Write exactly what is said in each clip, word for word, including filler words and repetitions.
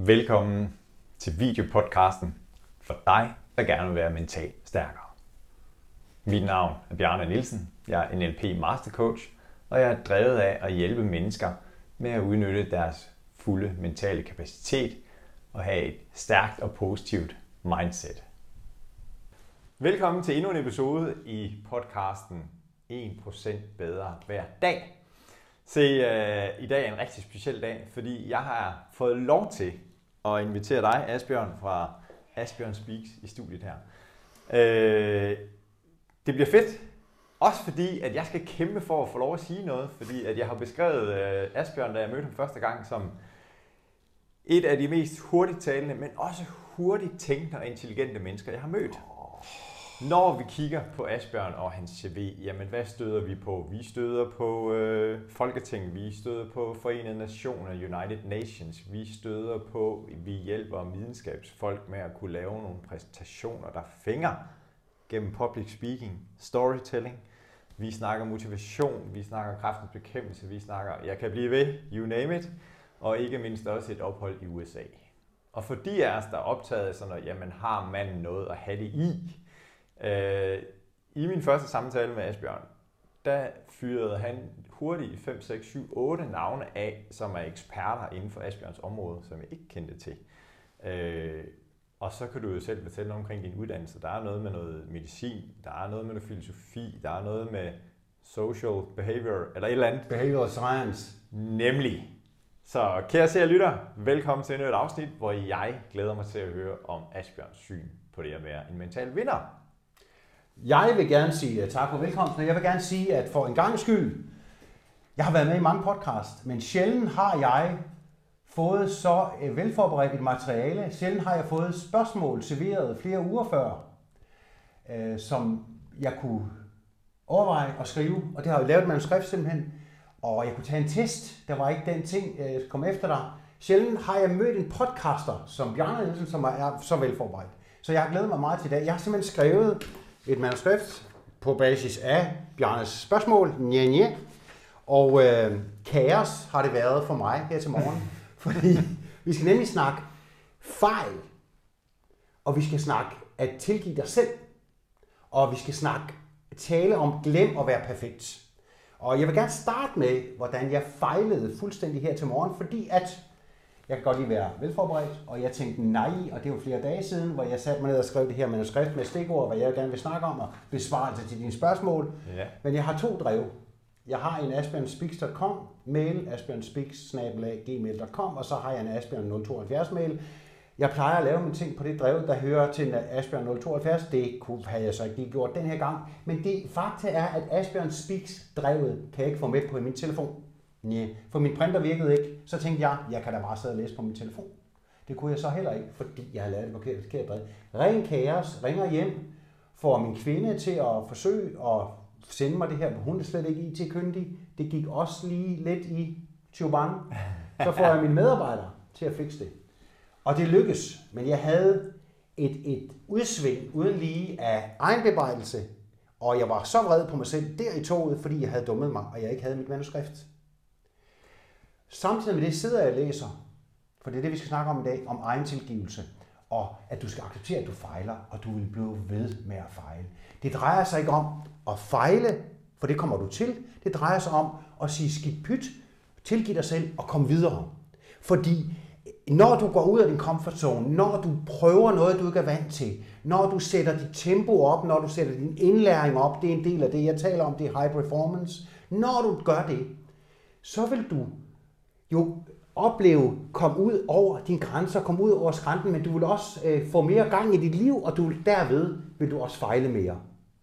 Velkommen til videopodcasten for dig, der gerne vil være mentalt stærkere. Mit navn er Bjarne Nielsen. Jeg er N L P Mastercoach, og jeg er drevet af at hjælpe mennesker med at udnytte deres fulde mentale kapacitet og have et stærkt og positivt mindset. Velkommen til endnu en episode i podcasten en procent bedre hver dag. Se, uh, i dag er en rigtig speciel dag, fordi jeg har fået lov til at invitere dig, Asbjørn, fra Asbjørn Speaks i studiet her. Uh, det bliver fedt, også fordi at jeg skal kæmpe for at få lov at sige noget, fordi at jeg har beskrevet uh, Asbjørn, da jeg mødte ham første gang, som et af de mest hurtigt talende, men også hurtigt tænkende og intelligente mennesker, jeg har mødt. Når vi kigger på Asbjørn og hans C V, jamen hvad støder vi på? Vi støder på øh, Folketinget, vi støder på Forenede Nationer, United Nations, vi støder på, vi hjælper videnskabsfolk med at kunne lave nogle præsentationer, der fænger gennem public speaking, storytelling. Vi snakker motivation, vi snakker kræftens bekæmpelse, vi snakker, jeg kan blive ved, you name it, og ikke mindst også et ophold i U S A. Og for de af os, der er optaget af sådan noget, jamen har manden noget at have det i? Uh, I min første samtale med Asbjørn, der fyrede han hurtigt fem, seks, syv, otte navne af, som er eksperter inden for Asbjørns område, som jeg ikke kendte til. Uh, og så kan du jo selv fortælle omkring din uddannelse. Der er noget med noget medicin, der er noget med noget filosofi, der er noget med social behavior, eller et eller andet. Behavioral science. Nemlig. Så kære seere og lytter, velkommen til endnu et afsnit, hvor jeg glæder mig til at høre om Asbjørns syn på det at være en mental vinder. Jeg vil gerne sige tak for velkomsten, og jeg vil gerne sige, at for en gang skyld, jeg har været med i mange podcasts, men sjældent har jeg fået så velforberedt et materiale, sjældent har jeg fået spørgsmål serveret flere uger før, øh, som jeg kunne overveje at skrive, og det har jeg lavet et manuskript simpelthen, og jeg kunne tage en test, der var ikke den ting, jeg kom efter dig. Sjældent har jeg mødt en podcaster, som Bjarne Nielsen, som er så velforberedt. Så jeg har glædet mig meget til i dag. Jeg har simpelthen skrevet et manuskript på basis af Bjarnes spørgsmål, nye, nye. Og øh, kaos har det været for mig her til morgen, fordi vi skal nemlig snakke fejl, og vi skal snakke at tilgive dig selv, og vi skal snakke tale om glem at være perfekt. Og jeg vil gerne starte med, hvordan jeg fejlede fuldstændig her til morgen, fordi at jeg kan godt lige være velforberedt, og jeg tænkte nej, og det var flere dage siden, hvor jeg satte mig ned og skrev det her manuskript med stikord, hvad jeg gerne vil snakke om, og besvarelse til dine spørgsmål. Ja. Men jeg har to drev. Jeg har en asbjørn speaks punktum com mail, asbjørnspeaks snabel-a gmail punktum com, og så har jeg en asbjørn nul tooghalvfjerds mail. Jeg plejer at lave mine ting på det drev, der hører til asbjørn nul tooghalvfjerds. Det kunne have jeg så ikke lige gjort den her gang. Men det fakta er, at Asbjørn Speaks drevet kan jeg ikke få med på i min telefon. Nej, for min printer virkede ikke. Så tænkte jeg, jeg kan da bare sidde og læse på min telefon. Det kunne jeg så heller ikke, fordi jeg har lavet det forkert, forkert drev. Ren kaos, ringer hjem, får min kvinde til at forsøge at sende mig det her. Hun er slet ikke I T-kyndig. Det gik også lige lidt i Chuban. Så får jeg mine medarbejdere til at fikse det. Og det lykkedes, men jeg havde et, et udsving uden lige af egenbebrejelse, og jeg var så vred på mig selv der i toget, fordi jeg havde dummet mig, og jeg ikke havde mit manuskript. Samtidig med det sidder jeg og læser, for det er det, vi skal snakke om i dag, om egen tilgivelse, og at du skal acceptere, at du fejler, og du vil blive ved med at fejle. Det drejer sig ikke om at fejle, for det kommer du til. Det drejer sig om at sige skidt pyt, tilgive dig selv og komme videre. Fordi når du går ud af din comfort zone, når du prøver noget, du ikke er vant til, når du sætter dit tempo op, når du sætter din indlæring op, det er en del af det, jeg taler om, det er high performance. Når du gør det, så vil du jo opleve, komme ud over dine grænser, komme ud over skrænten, men du vil også øh, få mere gang i dit liv, og du, derved vil du også fejle mere.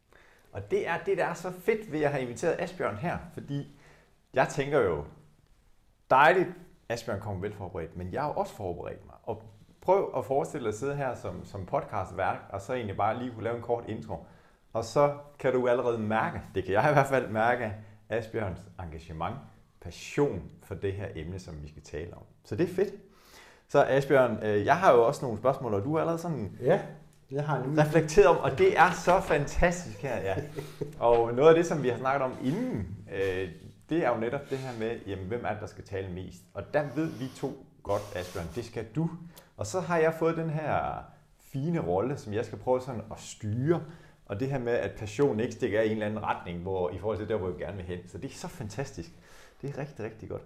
Og det er det, der er så fedt ved at have inviteret Asbjørn her, fordi jeg tænker jo, dejligt, Asbjørn kommer velforberedt, men jeg har også forberedt mig. Og prøv at forestille dig at sidde her som, som podcastværk, og så egentlig bare lige kunne lave en kort intro. Og så kan du allerede mærke, det kan jeg i hvert fald mærke, Asbjørns engagement, passion for det her emne, som vi skal tale om. Så det er fedt. Så Asbjørn, jeg har jo også nogle spørgsmål, og du er allerede sådan ja, jeg har reflekteret om, og det er så fantastisk her. Ja. Og noget af det, som vi har snakket om inden, det er jo netop det her med, jamen, hvem er det, der skal tale mest? Og der ved vi to godt, Asbjørn, det skal du. Og så har jeg fået den her fine rolle, som jeg skal prøve sådan at styre. Og det her med, at passion ikke stikker af i en eller anden retning, hvor i forhold til der, hvor jeg gerne vil hen. Så det er så fantastisk. Det er rigtig, rigtig godt.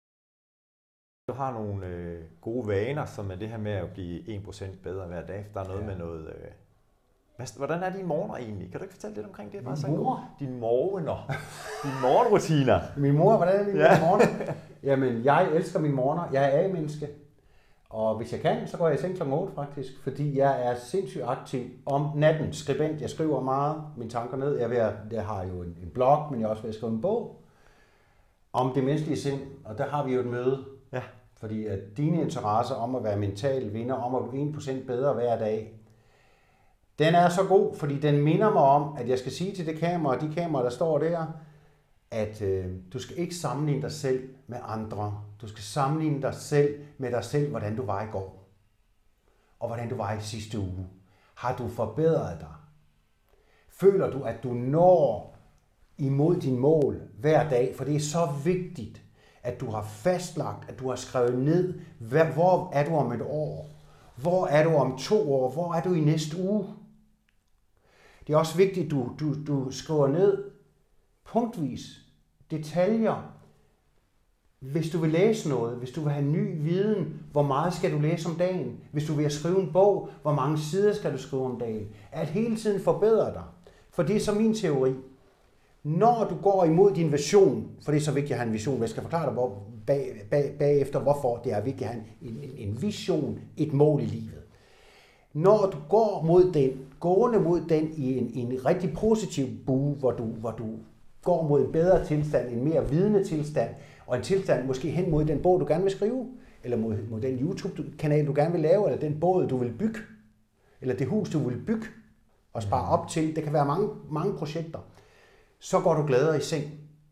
Du har nogle øh, gode vaner, som er det her med at blive en procent bedre hver dag. Der er noget ja. med noget... Øh, hvad, hvordan er dine morgener egentlig? Kan du ikke fortælle lidt omkring det? Min mor? Dine morgener. Dine morgenrutiner. Min mor, hvordan er dine ja. morgener? Jamen, jeg elsker mine morgener. Jeg er A-menneske. Og hvis jeg kan, så går jeg i seng klokken otte faktisk. Fordi jeg er sindssygt aktiv om natten. Skribent, jeg skriver meget mine tanker ned. Jeg, ved, jeg har jo en, en blog, men jeg er også ved at skrive en bog om det menneskelige sind. Og der har vi jo et møde. Ja. Fordi at dine interesser om at være mental vinder, om at blive en procent bedre hver dag, den er så god, fordi den minder mig om, at jeg skal sige til det kamera, de kameraer, der står der, at øh, du skal ikke sammenligne dig selv med andre. Du skal sammenligne dig selv med dig selv, hvordan du var i går. Og hvordan du var i sidste uge. Har du forbedret dig? Føler du, at du når imod din mål hver dag? For det er så vigtigt, at du har fastlagt, at du har skrevet ned, hvor er du om et år? Hvor er du om to år? Hvor er du i næste uge? Det er også vigtigt, at du, du, du skriver ned punktvis detaljer. Hvis du vil læse noget, hvis du vil have ny viden, hvor meget skal du læse om dagen? Hvis du vil skrive en bog, hvor mange sider skal du skrive om dagen? At hele tiden forbedre dig. For det er så min teori. Når du går imod din vision, for det er så vigtigt at have en vision, jeg skal forklare dig hvor, bag, bag, bagefter, hvorfor det er vigtigt at have en, en, en vision, et mål i livet. Når du går mod den, gående mod den i en, en rigtig positiv bue, hvor du, hvor du går mod en bedre tilstand, en mere vidende tilstand, og en tilstand måske hen mod den bog, du gerne vil skrive, eller mod, mod den YouTube-kanal, du gerne vil lave, eller den båd, du vil bygge, eller det hus, du vil bygge og spare op til. Det kan være mange, mange projekter. Så går du gladere i seng.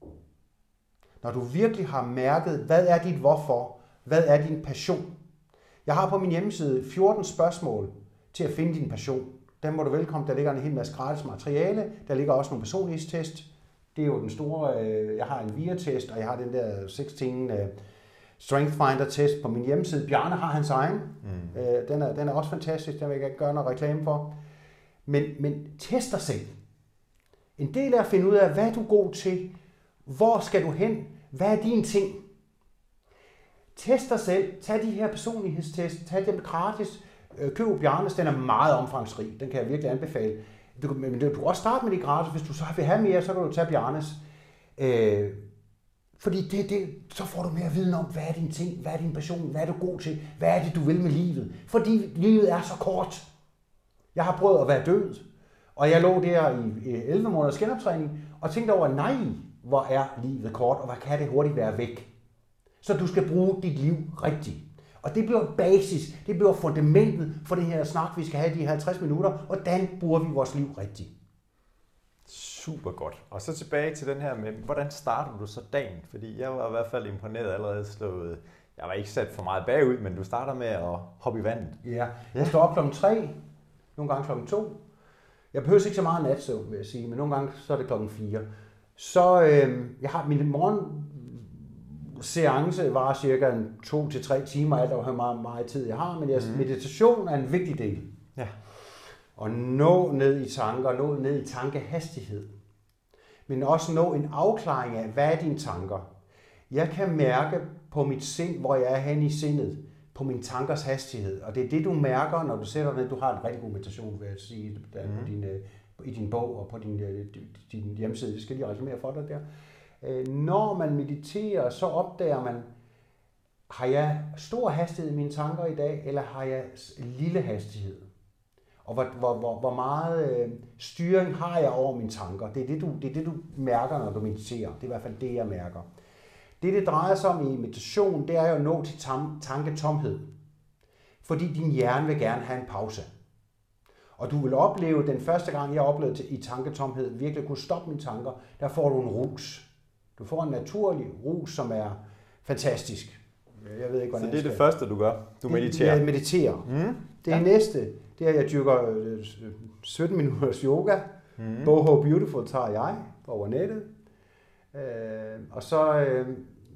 Når du virkelig har mærket, hvad er dit hvorfor, hvad er din passion. Jeg har på min hjemmeside fjorten spørgsmål til at finde din passion. Dem må du velkommen. Der ligger en hel masse gratis materiale. Der ligger også nogle personlighedstest. Det er jo den store, øh, jeg har en V I A-test, og jeg har den der seksten øh, Strength Finder-test på min hjemmeside. Bjarne har hans egen. Mm. Øh, den, er, den er også fantastisk, den vil jeg ikke gøre noget reklame for. Men, men test dig selv. En del er at finde ud af, hvad er du god til? Hvor skal du hen? Hvad er dine ting? Test dig selv. Tag de her personlighedstest. Tag dem gratis. Køb Bjarnes, den er meget omfangsrig. Den kan jeg virkelig anbefale. Du, men du kan også starte med de gratis. Hvis du så vil have mere, så kan du tage Bjarnes. Øh, fordi det, det, så får du mere viden om, hvad er din ting? Hvad er din passion? Hvad er du god til? Hvad er det, du vil med livet? Fordi livet er så kort. Jeg har prøvet at være død. Og jeg lå der i elleve måneders genoptræning og tænkte over, nej, hvor er livet kort, og hvad kan det hurtigt være væk. Så du skal bruge dit liv rigtigt. Og det bliver basis, det bliver fundamentet for det her snak, vi skal have de halvtreds minutter. Hvordan bruger vi vores liv rigtigt? Super godt. Og så tilbage til den her med, hvordan starter du så dagen? Fordi jeg var i hvert fald imponeret allerede slået. Jeg var ikke sat for meget bagud, men du starter med at hoppe i vandet. Ja, jeg står op klokken tre, nogle gange klokken to. Jeg behøver ikke så meget natsøvn, vil jeg sige, men nogle gange så er det klokken fire. Så øh, jeg har min morgenseance var cirka to til tre timer, alt over hvor meget, meget tid jeg har, men jeg, mm. meditation er en vigtig del. Ja. Og nå ned i tanker, nå ned i tankehastighed. Men også nå en afklaring af, hvad er dine tanker? Jeg kan mærke på mit sind, hvor jeg er hen i sindet, på min tankers hastighed. Og det er det, du mærker, når du sætter ned. Du har en rigtig god meditation, vil jeg sige, der mm. på din, i din bog og på din, din hjemmeside. Det skal lige reklamere for dig der. Når man mediterer, så opdager man, har jeg stor hastighed i mine tanker i dag, eller har jeg lille hastighed? Og hvor, hvor, hvor, hvor meget øh, styring har jeg over mine tanker? Det er det, du, det er det, du mærker, når du mediterer. Det er i hvert fald det, jeg mærker. Det, det drejer sig om i meditation, det er jo at nå til tam, tanketomhed. Fordi din hjerne vil gerne have en pause. Og du vil opleve, den første gang, jeg oplevede til, i tanketomhed, virkelig kunne stoppe mine tanker, der får du en rus. Du får en naturlig rus, som er fantastisk. Jeg ved ikke, Så det er det første, du gør? Du mediterer? Jeg mediterer. Mm. Det ja. næste, det er, at jeg dyrker sytten minutters yoga. Mm. Boho Beautiful tager jeg over nettet. Øh, og så øh,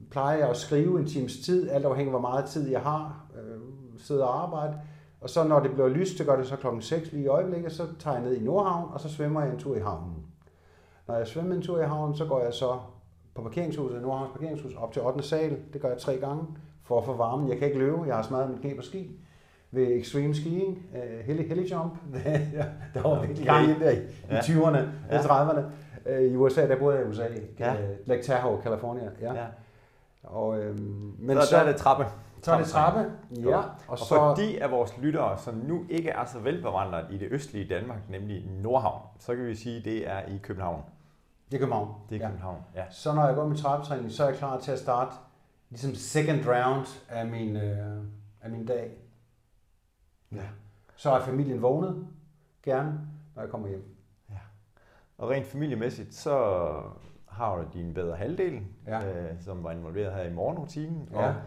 plejer jeg at skrive en times tid, alt afhængig af hvor meget tid jeg har, øh, sidder og arbejde. Og så når det bliver lyst, så gør det så klokken seks lige i øjeblikket, så tager jeg ned i Nordhavn, og så svømmer jeg en tur i havnen. Når jeg svømmer en tur i havnen, så går jeg så på parkeringshuset, Nordhavns parkeringshus, op til ottende sal. Det gør jeg tre gange for at få varmen. Jeg kan ikke løbe, jeg har smadret mit knæ på ski ved extreme skiing, uh, heli, heli jump. Der var virkelig gang i der i, ja. i tyverne, ja. trediverne. Uh, I U S A, der boede jeg i U S A, ja. uh, Lake Tahoe, California. Ja. Ja. Og, øhm, men så, så er det trappe. Så er det trappe, ja. Og, og så, for de af vores lyttere, som nu ikke er så velbevandret i det østlige Danmark, nemlig Nordhavn, så kan vi sige, at det er i København. Det er København. Det er ja. København, ja. Så når jeg går med trappetræning, så er jeg klar til at starte ligesom second round af min, øh, af min dag. Ja. Så er familien vågnet, gerne, når jeg kommer hjem. Ja. Og rent familiemæssigt, så har du din bedre halvdel, ja. øh, som var involveret her i morgenrutinen. Ja. Og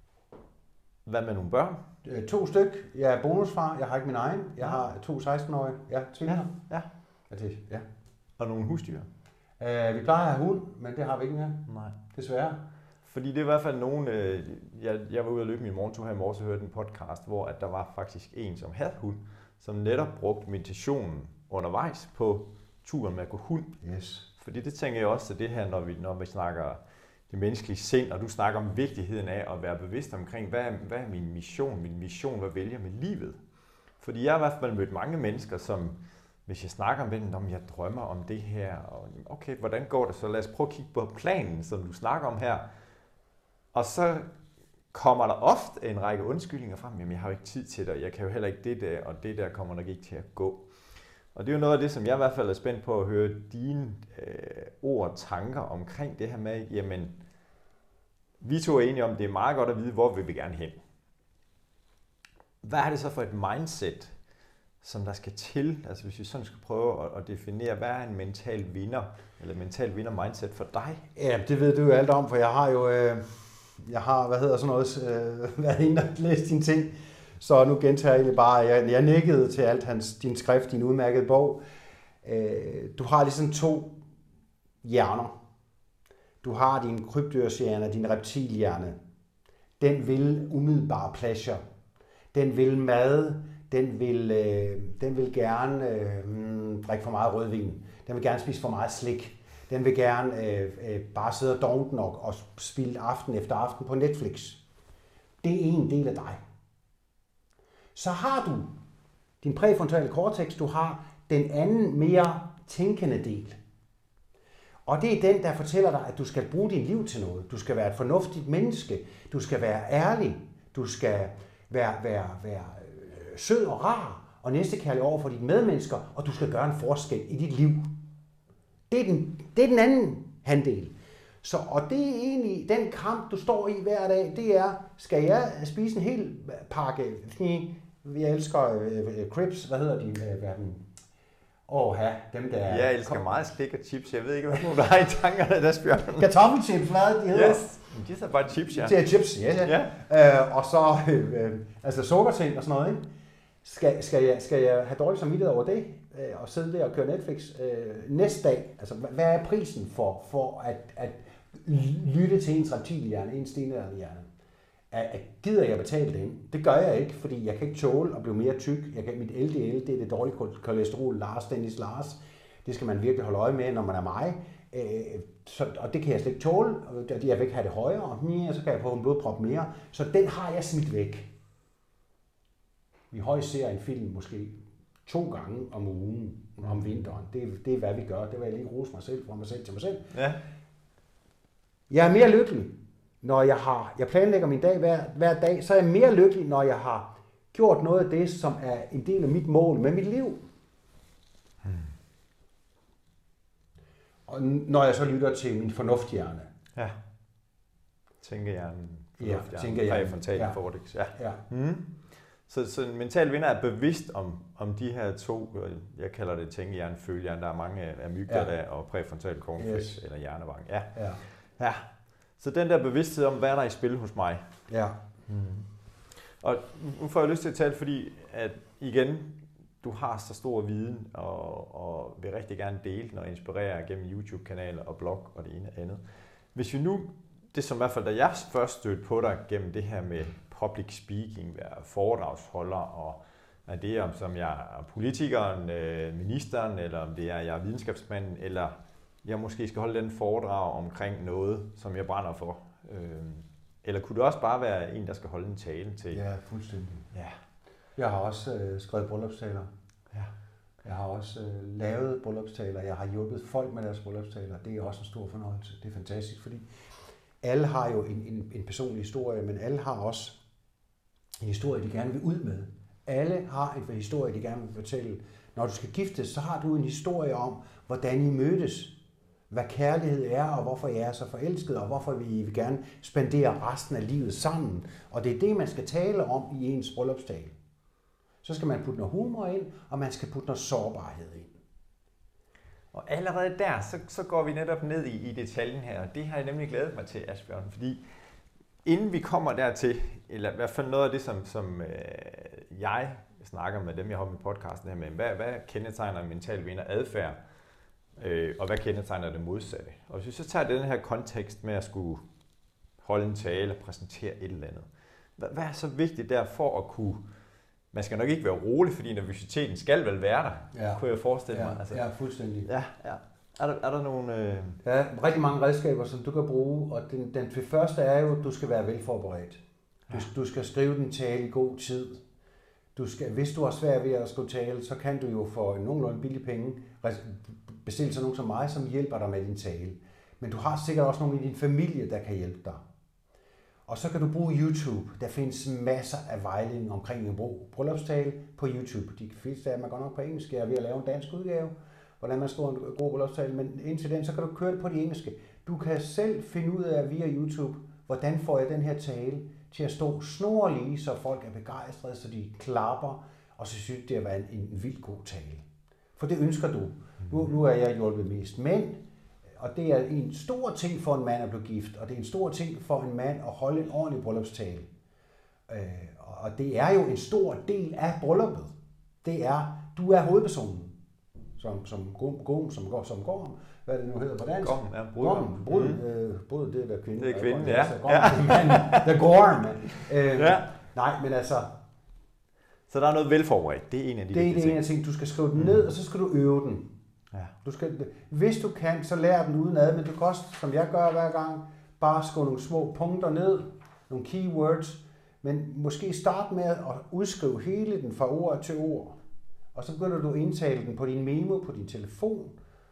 hvad med nogle børn? Øh, to styk. Jeg er bonusfar. Jeg har ikke min egen. Jeg ja. har to seksten-årige. Ja, tvillinger. Ja. Ja. Ja, det, ja. Og nogle husdyr? Øh, vi plejer at have hund, men det har vi ikke mere. Nej. Desværre. Fordi det er i hvert fald nogen, øh, jeg, jeg var ude at løbe min morgentur her i morges og hørte en podcast, hvor at der var faktisk en, som havde hund, som netop brugte meditationen undervejs på turen med at gå hund. Yes. Fordi det tænker jeg også, at det her, når vi, når vi snakker det menneskelige sind, og du snakker om vigtigheden af at være bevidst omkring, hvad er, hvad er min mission, min mission, hvad vælger med livet? Fordi jeg har i hvert fald mødt mange mennesker, som, hvis jeg snakker om det, om jeg drømmer om det her, og okay, hvordan går det så? Lad os prøve at kigge på planen, som du snakker om her. Og så kommer der ofte en række undskyldninger frem, jamen jeg har jo ikke tid til det, jeg kan jo heller ikke det der, og det der kommer nok ikke til at gå. Og det er jo noget af det, som jeg i hvert fald er spændt på at høre dine øh, ord og tanker omkring det her med, jamen, vi to er enige om, det er meget godt at vide, hvor vil vi gerne hen. Hvad er det så for et mindset, som der skal til, altså hvis vi sådan skal prøve at, at definere, hvad er en mental vinder, eller mental vinder mindset for dig? Ja, det ved du jo alt om, for jeg har jo, øh, jeg har, hvad hedder sådan noget, øh, været inde og læst dine ting, så nu gentager jeg egentlig bare, jeg, jeg nikkede til alt hans, din skrift, din udmærkede bog. Øh, du har ligesom to hjerner. Du har din krybdyrshjerne, din reptilhjerne. Den vil umiddelbare pleasure. Den vil mad. Den vil, øh, den vil gerne øh, drikke for meget rødvin. Den vil gerne spise for meget slik. Den vil gerne øh, øh, bare sidde og dovent nok og spille aften efter aften på Netflix. Det er en del af dig. Så har du din præfrontale cortex, du har den anden mere tænkende del. Og det er den, der fortæller dig, at du skal bruge dit liv til noget. Du skal være et fornuftigt menneske. Du skal være ærlig. Du skal være, være, være sød og rar og næstekærlig over for dine medmennesker, og du skal gøre en forskel i dit liv. Det er den, det er den anden halvdel. Så, og det er egentlig den kamp, du står i hver dag, det er, skal jeg spise en hel pakke, jeg elsker uh, cribs, hvad hedder de, uh, verden? Åh, ja, dem der... Jeg elsker kom... meget slik og chips, jeg ved ikke, hvad du har i tankerne, der spørger. Kartoffelchips, hvad de hedder? Yes, de er bare chips, ja. Det er chips, ja, ja. ja. Uh, og så, uh, altså sukkerting og sådan noget, ikke? Skal, skal, jeg, skal jeg have dårlig samvittighed over det, uh, og sidde der og køre Netflix uh, næste dag? Altså, hvad er prisen for, for at, at lytte til ens reptilhjerne, ens stenalderhjerne? At gider jeg betale det? Det gør jeg ikke, fordi jeg kan ikke tåle at blive mere tyk. Jeg kan, mit L D L, det er det dårlige kolesterol, Lars, Dennis Lars. Det skal man virkelig holde øje med, når man er mig. Så, og det kan jeg slet ikke tåle. Jeg vil ikke have det højere, og så kan jeg få en blodprop mere. Så den har jeg smidt væk. Vi højst ser en film måske to gange om ugen om vinteren. Det, det er, hvad vi gør. Det vil jeg lige rose mig selv fra mig selv til mig selv. Ja. Jeg er mere lykkelig. Når jeg har, jeg planlægger min dag hver, hver dag, så er jeg mere lykkelig, når jeg har gjort noget af det, som er en del af mit mål med mit liv. Hmm. Og når jeg så lytter til min fornufthjerne. Ja. Tænkehjernen. Ja, tænkehjernen. Præfrontal ja. cortex. Ja. Ja. Hmm. Så, så en mental vinder er bevidst om, om de her to, jeg kalder det tænkehjerne, følehjerne, der er mange af mygdala ja. og præfrontal cortex, yes. eller hjernebank. Ja. Ja. Ja. Så den der bevidsthed om, hvad er der i spil hos mig. Ja. Mm. Og nu får jeg lyst til at tale, fordi at igen, du har så stor viden, og, og vil rigtig gerne dele den og inspirere gennem YouTube-kanaler og blog og det ene og andet. Hvis vi nu det som i hvert fald, da jeg først stødte på dig gennem det her med public speaking, være foredragsholder, og er det om som jeg er politikeren, ministeren, eller om det er jeg er videnskabsmanden, eller jeg måske skal holde den foredrag omkring noget, som jeg brænder for. Eller kunne det også bare være en, der skal holde en tale til? Ja, fuldstændig. Ja. Jeg har også øh, skrevet bryllupstaler. Ja. Jeg har også øh, lavet bryllupstaler. Jeg har hjulpet folk med deres bryllupstaler. Det er også en stor fornøjelse. Det er fantastisk, fordi alle har jo en, en, en personlig historie, men alle har også en historie, de gerne vil ud med. Alle har en historie, de gerne vil fortælle. Når du skal giftes, så har du en historie om, hvordan I mødtes, hvad kærlighed er, og hvorfor I er så forelsket, og hvorfor vi vil gerne spendere resten af livet sammen. Og det er det, man skal tale om i ens bryllupstale. Så skal man putte noget humor ind, og man skal putte noget sårbarhed ind. Og allerede der, så, så går vi netop ned i, i detaljen her, og det har jeg nemlig glædet mig til, Asbjørn, fordi inden vi kommer dertil, eller i hvert fald noget af det, som, som øh, jeg snakker med dem, jeg har med podcasten her med, hvad, hvad kendetegner mental vinder adfærd, øh, og hvad kendetegner det modsatte? Og hvis vi så tager den her kontekst med at skulle holde en tale og præsentere et eller andet, hvad, hvad er så vigtigt der for at kunne, man skal nok ikke være rolig, fordi nervøsiteten skal vel være der, ja. Kunne jeg forestille ja, mig. Altså, ja, fuldstændig. Ja, ja. Er der, er der nogle... Øh... Ja, rigtig mange redskaber, som du kan bruge, og den, den første er jo, at du skal være velforberedt. Du, ja. du skal skrive den tale i god tid. Du skal, hvis du har svært ved at skrive tale, så kan du jo for nogenlunde billige penge bestille sig nogen som mig, som hjælper dig med din tale. Men du har sikkert også nogen i din familie, der kan hjælpe dig. Og så kan du bruge YouTube. Der findes masser af vejledning omkring en bryllupstale på YouTube. De fleste af dem er godt nok på engelsk. Jeg er ved at lave en dansk udgave, hvordan man skriver en god bryllupstale, men indtil den, så kan du køre det på de engelske. Du kan selv finde ud af via YouTube, hvordan får jeg den her tale til at stå snorlige, så folk er begejstrede, så de klapper, og så synes det at være en, en vildt god tale. For det ønsker du. Nu, nu er jeg hjulpet mest mænd, og det er en stor ting for en mand at blive gift, og det er en stor ting for en mand at holde en ordentlig bryllupstale. Og det er jo en stor del af brylluppet. Det er, du er hovedpersonen. Som, som, som, som, går, som går, hvad det nu hedder på dansk? Gorm, ja, brud. Brud, mm. øh, brud, det er der kvinde. Det er kvinden, ja. The gorm. Øh, ja. Nej, men altså... Så der er noget velforberedt, det er en af de Det er det ene af ting, du skal skrive den ned, og så skal du øve den. Ja. Du skal, hvis du kan, så lær den udenad, men du kan også, som jeg gør hver gang, bare skrive nogle små punkter ned, nogle keywords, men måske starte med at udskrive hele den fra ord til ord. Og så begynder du at indtale den på din memo, på din telefon.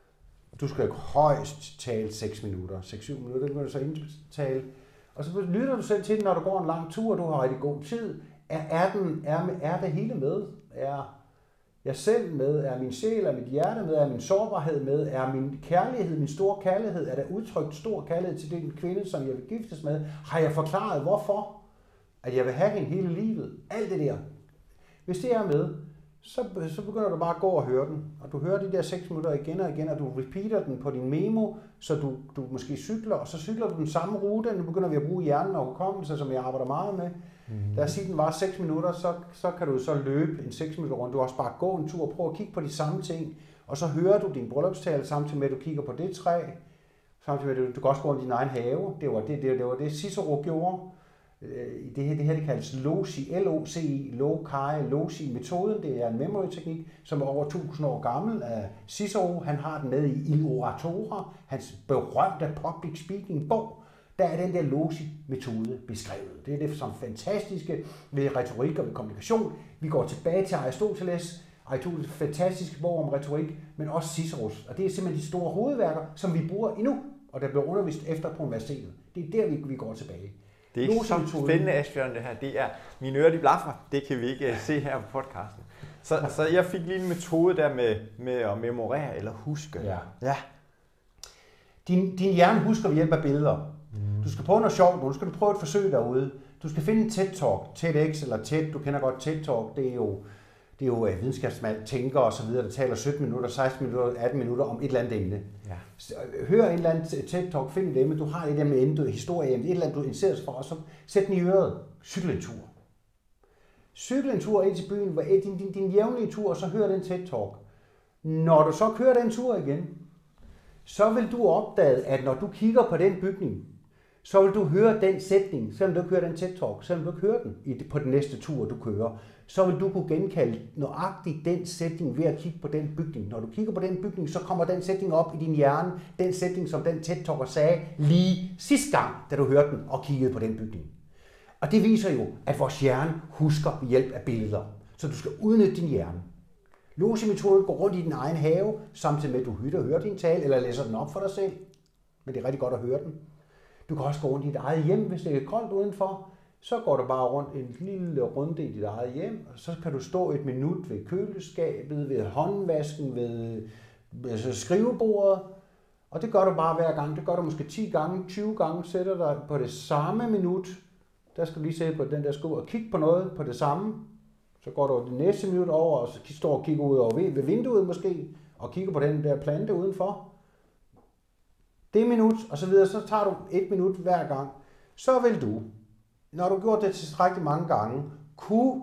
Du skal højst tale seks minutter, seks til syv minutter, det begynder du så indtale. Og så lytter du selv til den, når du går en lang tur, og du har rigtig god tid. Er, er, den, er, er det hele med? Er jeg selv med? Er min sjæl, er mit hjerte med? Er min sårbarhed med? Er min kærlighed, min store kærlighed? Er der udtrykt stor kærlighed til den kvinde, som jeg vil giftes med? Har jeg forklaret, hvorfor? At jeg vil have hende hele livet? Alt det der. Hvis det er med, Så, så begynder du bare at gå og høre den, og du hører de der seks minutter igen og igen, og du repeater den på din memo, så du, du måske cykler, og så cykler du den samme rute. Nu begynder vi at bruge hjernen og hukommelse, som jeg arbejder meget med. Mm-hmm. Lad os sige, den var seks minutter, så, så kan du så løbe en seks minutter rundt. Du også bare gå en tur og prøve at kigge på de samme ting, og så hører du din bryllupstale samtidig med, at du kigger på det træ, samtidig med, at du, du kan også gå i din egen have. Det var det, det, det, var det Cicero gjorde. Det her, det her det kaldes LOCI, L O C I, LOCI, LOCI-metoden. Det er en memory-teknik, som er over tusind år gammel af Cicero. Han har den med i Il Oratore, hans berømte public speaking-bog. Der er den der LOCI-metode beskrevet. Det er det som fantastiske ved retorik og ved kommunikation. Vi går tilbage til Aristoteles, Aristoteles fantastiske bog om retorik, men også Ciceros. Og det er simpelthen de store hovedværker, som vi bruger endnu, og der bliver undervist efter på universitetet. Det er der, vi, vi går tilbage. Det er så spændende, Asbjørn, det her. Det er, mine ører, de blaffer. Det kan vi ikke se her på podcasten. Så, så jeg fik lige en metode der med, med at memorere eller huske. Ja. Ja. Din, din hjerne husker ved hjælp af billeder. Mm. Du skal prøve noget sjovt, nu skal du prøve et forsøg derude. Du skal finde en TED-talk, TEDx eller TED, du kender godt TED-talk, det er jo, det er jo videnskabsmand, tænker og så videre, der taler sytten minutter, seksten minutter, atten minutter om et eller andet emne. Ja. Hør en eller anden TED-talk, find det, men du har et eller andet emne, historie, et eller andet, du interesserer sig for, og så sæt den i øret. Cykel en tur. Cykel en tur ind til byen, din, din, din jævnlige tur, og så hør den TED-talk. Når du så kører den tur igen, så vil du opdage, at når du kigger på den bygning, så vil du høre den sætning, selvom du ikke hører den TED-talk, selvom du ikke hører den i, på den næste tur, du kører, så vil du kunne genkalde nøjagtigt den sætning ved at kigge på den bygning. Når du kigger på den bygning, så kommer den sætning op i din hjerne, den sætning, som den TED-talker sagde lige sidste gang, da du hørte den og kiggede på den bygning. Og det viser jo, at vores hjerne husker ved hjælp af billeder. Så du skal udnytte din hjerne. Loge-metoden går rundt i din egen have, samtidig med at du hytter og hører din tale, eller læser den op for dig selv. Men det er rigtig godt at høre den. Du kan også gå rundt i dit eget hjem, hvis det er koldt udenfor. Så går du bare rundt en lille runde i dit eget hjem, og så kan du stå et minut ved køleskabet, ved håndvasken, ved, ved skrivebordet. Og det gør du bare hver gang. Det gør du måske ti gange, tyve gange, sætter dig på det samme minut. Der skal du lige sætte på den der sko og kigge på noget på det samme. Så går du det næste minut over, og så står og kigger ud over ved vinduet måske, og kigger på den der plante udenfor. Det minut, og så videre, så tager du et minut hver gang. Så vil du, når du har gjort det tilstrækkeligt mange gange, kunne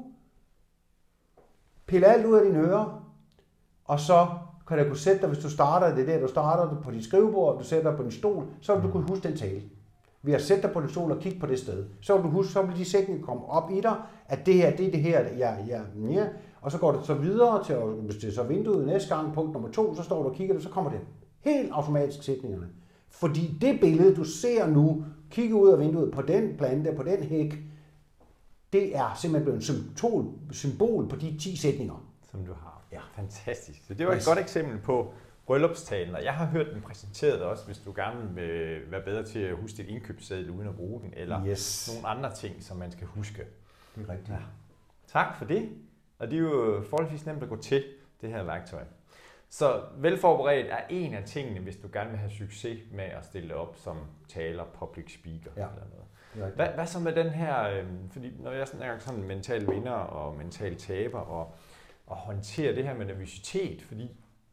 pille alt ud af dine ører, og så kan du kunne sætte dig, hvis du starter det der, du starter det på dit skrivebord, og du sætter dig på din stol, så vil du kunne huske den tale. Ved at sætte dig på din stol og kigge på det sted. Så vil du huske, så vil de sætninger komme op i dig, at det her, det er det her, ja, ja, ja. Og så går du så videre til, hvis det er så vinduet næste gang, punkt nummer to, så står du og kigger, så kommer det helt automatisk sætningerne. Fordi det billede, du ser nu, kigger ud af vinduet på den plante, på den hæk, det er simpelthen blevet en symbol, symbol på de ti sætninger. Som du har. Ja. Fantastisk. Så det var et yes. godt eksempel på bryllupstalen, og jeg har hørt den præsenteret også, hvis du gerne vil være bedre til at huske dit indkøbsseddel uden at bruge den, eller yes. nogle andre ting, som man skal huske. Det er rigtigt. Ja. Tak for det, og det er jo forholdsvis nemt at gå til, det her værktøj. Så velforberedt er en af tingene, hvis du gerne vil have succes med at stille op som taler, public speaker ja. eller noget. Hvad, hvad så med den her, øh, fordi når jeg snakker sådan en mental vinder og mental taber, og, og håndtere det her med nervøsitet, fordi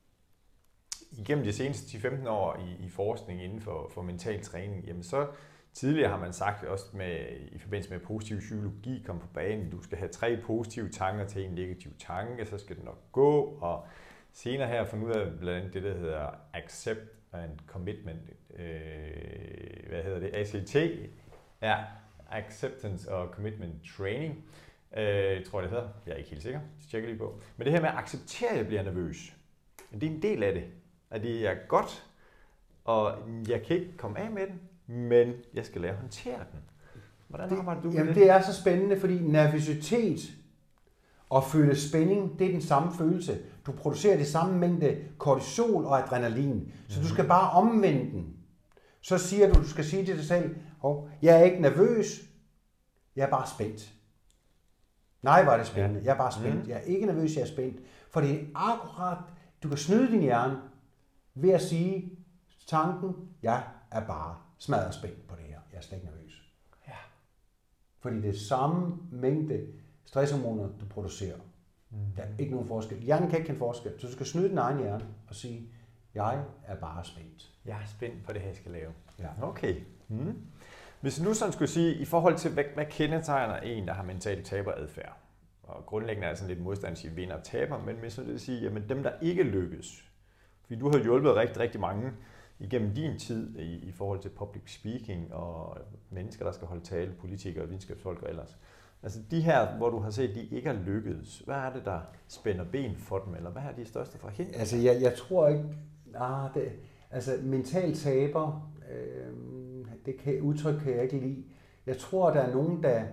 igennem de seneste ti til femten år i, i forskning inden for, for mental træning, jamen så tidligere har man sagt også med, i forbindelse med positiv psykologi, kom på banen, du skal have tre positive tanker til en negativ tanke, så skal det nok gå, og senere her fundet ud af blandt andet det, der hedder Accept and Commitment, øh, hvad hedder det, A C T, ja, Acceptance og Commitment Training, øh, tror jeg det hedder, jeg er ikke helt sikker, det tjekker lige på. Men det her med at acceptere, at jeg bliver nervøs, det er en del af det, at det er godt, og jeg kan ikke komme af med den, men jeg skal lære at håndtere den. Hvordan det, arbejder du med jamen det? Det er så spændende, fordi nervøsitet og føle spænding, det er den samme følelse. Du producerer det samme mængde kortisol og adrenalin, så du skal bare omvende den. Så siger du, du skal sige til dig selv, oh, jeg er ikke nervøs, jeg er bare spændt. Nej, var det spændende. Jeg er bare spændt. Jeg er ikke nervøs, jeg er spændt. For det er akkurat, du kan snyde din hjerne ved at sige tanken, jeg er bare smadret spændt på det her. Jeg er slet ikke nervøs. Ja. Fordi det er samme mængde stresshormoner, du producerer. Mm. Der er ikke nogen forskel. Hjernen kan ikke kende forskel. Så du skal snyde din egen hjerne og sige, jeg er bare spændt. Jeg er spændt på det her, jeg skal lave. Ja. Okay. Mm. Hvis nu sådan skulle sige, i forhold til, hvad, hvad kendetegner en, der har mental taberadfærd? Og grundlæggende er sådan lidt modstand til vinder og taber, men hvis så det vil sige, jamen dem, der ikke lykkes. Fordi du har hjulpet rigtig, rigtig mange igennem din tid i, i forhold til public speaking og mennesker, der skal holde tale, politikere, videnskabsfolk og ellers. Altså de her, hvor du har set, de ikke har lykkedes, hvad er det, der spænder ben for dem, eller hvad er de største forhindringer? Altså jeg, jeg tror ikke, ah, det, altså mental taber, øh, det kan, udtryk kan jeg ikke lide. Jeg tror, der er nogen, der,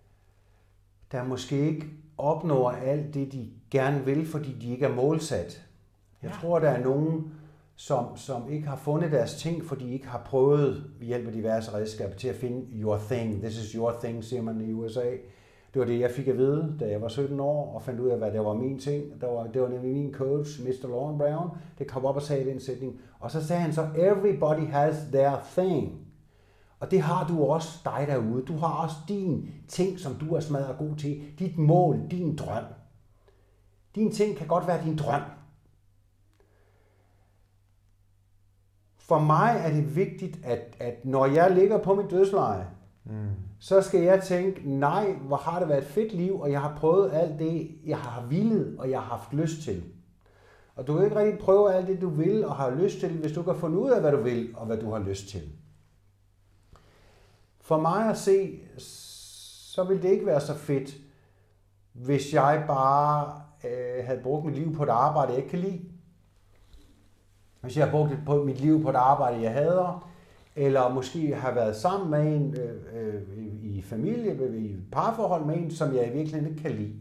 der måske ikke opnår alt det, de gerne vil, fordi de ikke er målsat. Jeg ja. tror, der er nogen, som, som ikke har fundet deres ting, fordi de ikke har prøvet ved hjælp af diverse redskaber til at finde your thing. This is your thing, siger man i U S A. Det var det, jeg fik at vide, da jeg var sytten år, og fandt ud af, hvad det var min ting. Det var, det var nemlig min coach, mister Lauren Brown, det kom op og sagde den sætning. Og så sagde han så, everybody has their thing. Og det har du også dig derude. Du har også din ting, som du er smadret god til. Dit mål, din drøm. Din ting kan godt være din drøm. For mig er det vigtigt, at, at når jeg ligger på mit dødsleje, mm. så skal jeg tænke, nej, hvor har det været et fedt liv, og jeg har prøvet alt det, jeg har villet, og jeg har haft lyst til. Og du kan ikke rigtig prøve alt det, du vil og har lyst til, hvis du kan finde ud af, hvad du vil, og hvad du har lyst til. For mig at se, så vil det ikke være så fedt, hvis jeg bare øh, havde brugt mit liv på et arbejde, jeg ikke kan lide. Hvis jeg har brugt på mit liv på et arbejde, jeg hader, eller måske har været sammen med en øh, øh, i familie, i parforhold med en, som jeg i virkeligheden ikke kan lide.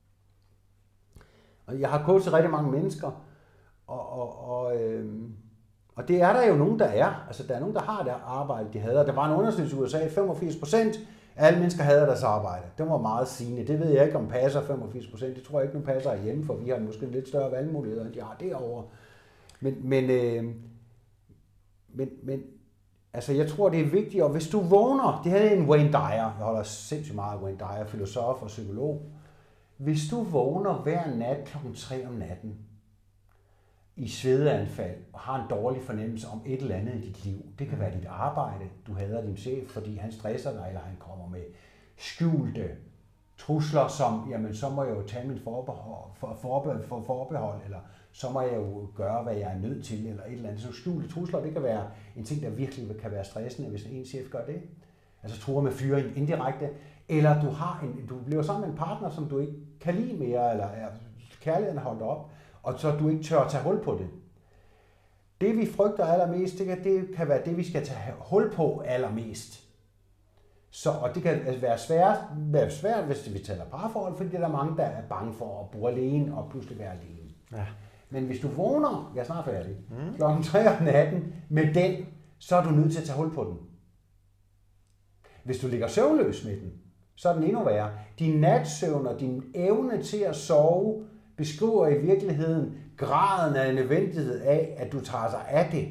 Og jeg har coachet rigtig mange mennesker, og, og, og, øh, og det er der jo nogen, der er. Altså, der er nogen, der har det arbejde, de hader. Der var en undersøgelse i U S A, femogfirs procent af alle mennesker hader deres arbejde. Det var meget sigende. Det ved jeg ikke, om passer femogfirs procent. Det tror jeg ikke, nu passer hjemme, for vi har måske lidt større valgmuligheder, end de har derovre. Men, men, øh, men, men altså, jeg tror, det er vigtigt, og hvis du vågner, det her er en Wayne Dyer, jeg holder sindssygt meget af Wayne Dyer, filosof og psykolog. Hvis du vågner hver nat klokken tre om natten i svedeanfald og har en dårlig fornemmelse om et eller andet i dit liv, det kan være dit arbejde, du hader din chef, fordi han stresser dig, eller han kommer med skjulte trusler, som, jamen så må jeg jo tage min forbehold, for, forbehold, for forbehold, eller så må jeg jo gøre, hvad jeg er nødt til, eller et eller andet. Så skjulte trusler, det kan være en ting, der virkelig kan være stressende, hvis en chef gør det. Altså truer med fyring indirekte, eller du har en, du bliver sammen med en partner, som du ikke kan lide mere, eller er kærligheden holdt op, og så du ikke tør at tage hul på det. Det vi frygter allermest, det kan, det kan være det, vi skal tage hul på allermest. Så, og det kan være svært, være svært, hvis vi taler parforhold, fordi der er mange, der er bange for at bo alene og pludselig være alene. Ja. Men hvis du vågner, jeg er snart færdig, mm. klokken tre om natten med den, så er du nødt til at tage hul på den. Hvis du ligger søvnløs med den, så er den endnu værre. Din natsøvn og din evne til at sove beskriver i virkeligheden graden af nødvendighed af, at du tager sig af det.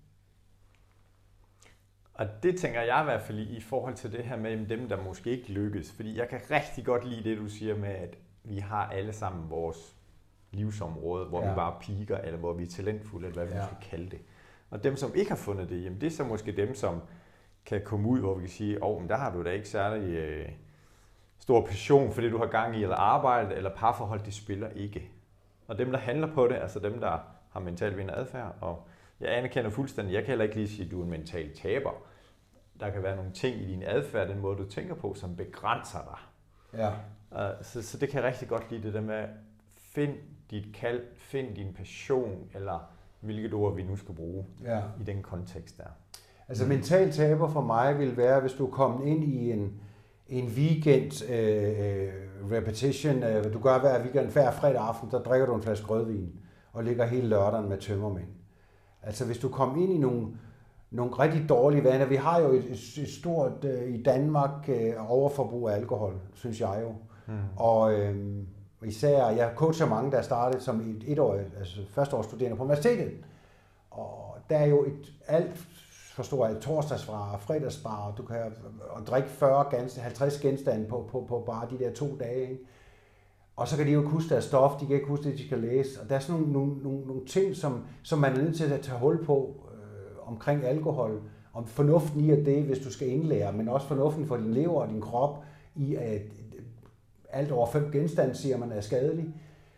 Og det tænker jeg i hvert fald i forhold til det her med dem, der måske ikke lykkes. Fordi jeg kan rigtig godt lide det, du siger med, at vi har alle sammen vores livsområde, hvor ja. vi bare piker, eller hvor vi er talentfulde, eller hvad vi ja. skal kalde det. Og dem, som ikke har fundet det, jamen det er så måske dem, som kan komme ud, hvor vi kan sige, åh, oh, men der har du da ikke særlig øh, stor passion for det, du har gang i, eller arbejde, eller parforhold, de spiller ikke. Og dem, der handler på det, altså dem, der har mentalt vindende adfærd, og jeg anerkender fuldstændig, jeg kan heller ikke lige sige, at du er en mental taber. Der kan være nogle ting i din adfærd, den måde, du tænker på, som begrænser dig. Ja. Uh, så, så det kan jeg rigtig godt lide, det der med, find dit kald, find din passion, eller hvilket ord vi nu skal bruge ja. i den kontekst der. Altså mm. mental taber for mig vil være, hvis du er kommet ind i en, en weekend øh, repetition, øh, du gør hver weekend, hver fredag aften, der drikker du en flaske rødvin, og ligger hele lørdagen med tømmermænd. Altså hvis du kommer ind i nogle, nogle rigtig dårlige vaner, vi har jo et, et stort øh, i Danmark øh, overforbrug af alkohol, synes jeg jo. Mm. Og øh, især, jeg coacher mange, der er startet som et, et år, altså førsteårsstuderende på universitetet. Og der er jo et alt for stort torsdagsvarer, fredagsvarer, du kan og drikke fyrre, halvtreds genstande på, på, på bare de der to dage, ikke? Og så kan de jo ikke huske deres stof, de kan ikke huske det, de skal læse. Og der er sådan nogle, nogle, nogle, nogle ting, som, som man er nødt til at tage hul på øh, omkring alkohol. Om fornuften i at det, hvis du skal indlære, men også fornuften for din lever og din krop i, at alt over fem genstande, siger man, er skadelig.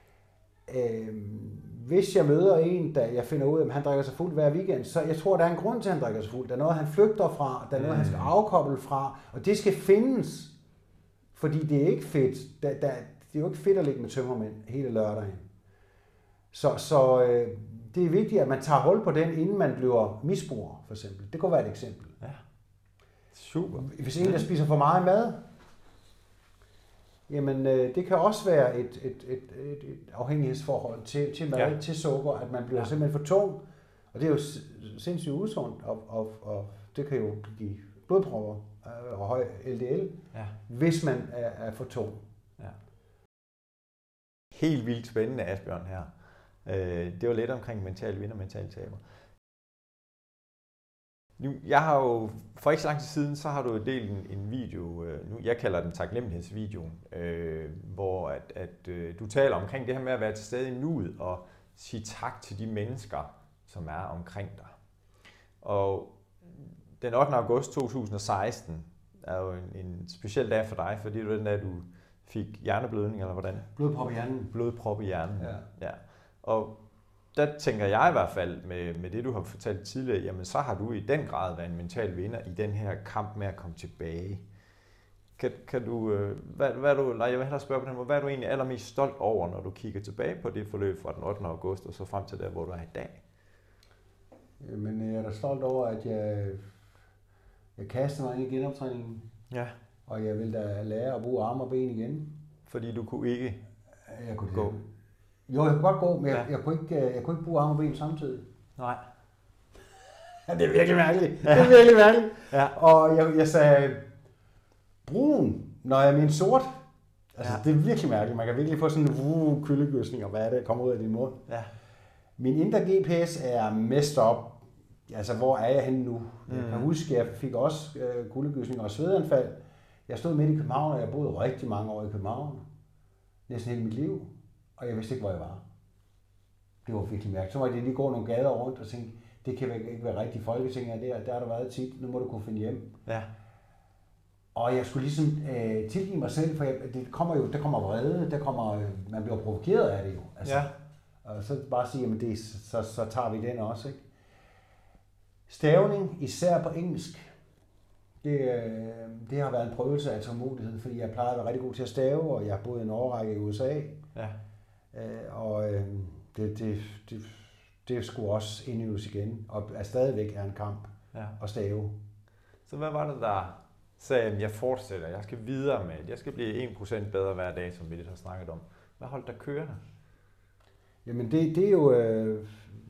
Øh, hvis jeg møder en, der jeg finder ud af, at han drikker sig fuld hver weekend, så jeg tror, der er en grund til, at han drikker sig fuld. Der er noget, han flygter fra, der er noget, han skal afkoble fra, og det skal findes. Fordi det er ikke fedt. Der, der, det er jo ikke fedt at ligge med tømmermænd hele lørdagen. Så, så øh, det er vigtigt, at man tager hul på den, inden man bliver misbruger, for eksempel. Det kunne være et eksempel. Ja. Super. Hvis en, der spiser for meget mad, jamen øh, det kan også være et, et, et, et, et afhængighedsforhold til, til mad, ja. til sukker, at man bliver ja. simpelthen for tung. Og det er jo sindssygt usundt, og, og, og det kan jo give blodpropper og høj L D L, ja. hvis man er, er for tung. Ja. Helt vildt spændende, Asbjørn, her. Det var lidt omkring mental vinder og mental taber. Nu, jeg har jo, for ikke så lang tid siden, så har du delt en, en video, nu, jeg kalder den taknemmelighedsvideoen, øh, hvor at, at, øh, du taler omkring det her med at være til stede i nuet og sige tak til de mennesker, som er omkring dig. Og den ottende august to tusind og seksten er jo en, en speciel dag for dig, fordi det var den dag, du fik hjerneblødning, eller hvordan? Blodprop i hjernen. Blodprop i hjernen, ja. ja. Og der tænker jeg i hvert fald, med, med det du har fortalt tidligere, jamen så har du i den grad været en mental vinder i den her kamp med at komme tilbage. Kan, kan du, hvad, hvad du, nej, jeg vil hellere spørge på den måde, hvad er du egentlig allermest stolt over, når du kigger tilbage på det forløb fra den ottende august og så frem til der, hvor du er i dag? Men jeg er da stolt over, at jeg, jeg kastede mig ind i genoptræningen. Ja. Og jeg vil da lære at bruge arme og ben igen. Fordi du kunne ikke jeg kunne gå? Jo, jeg kunne godt gå, men ja. jeg, jeg, kunne ikke, jeg kunne ikke bruge arme og ben samtidig. Nej. Ja, det er virkelig mærkeligt. Ja. Det er virkelig mærkeligt. Ja. Og jeg, jeg sagde, brun, når jeg mener sort. Altså, ja. Det er virkelig mærkeligt. Man kan virkelig få sådan en uh, kyldegøsning, og hvad er det, der kommer ud af din mund. Ja. Min indre G P S er messed up. Altså, hvor er jeg henne nu? Mm. Jeg kan huske, at jeg fik også øh, kuldegøsning og svedanfald. Jeg stod midt i København, og jeg boede rigtig mange år i København. Næsten hele mit liv. Og jeg vidste ikke, hvor jeg var. Det var virkelig mærkeligt. Så måtte jeg lige gå nogle gader rundt og tænke, det kan ikke være rigtigt. Folketinget der, der har du været tit. Nu må du kunne finde hjem. Ja. Og jeg skulle ligesom øh, tilgive mig selv, for jeg, det kommer jo, der kommer vrede, der kommer, øh, man bliver provokeret af det jo. Altså, ja. Og så bare sige, jamen det, så, så tager vi den også, ikke? Stavning, især på engelsk, det, øh, det har været en prøvelse af tålmodighed, fordi jeg plejede at være rigtig god til at stave, og jeg har boet en årrække i U S A. Ja. Øh, og øh, det, det, det, det skulle også indøves igen, og er stadigvæk er en kamp ja. at stave. Så hvad var det, der sagde, at jeg fortsætter, jeg skal videre med det, jeg skal blive en procent bedre hver dag, som vi lidt har snakket om. Hvad holdt der kørende? Jamen det, det er jo øh,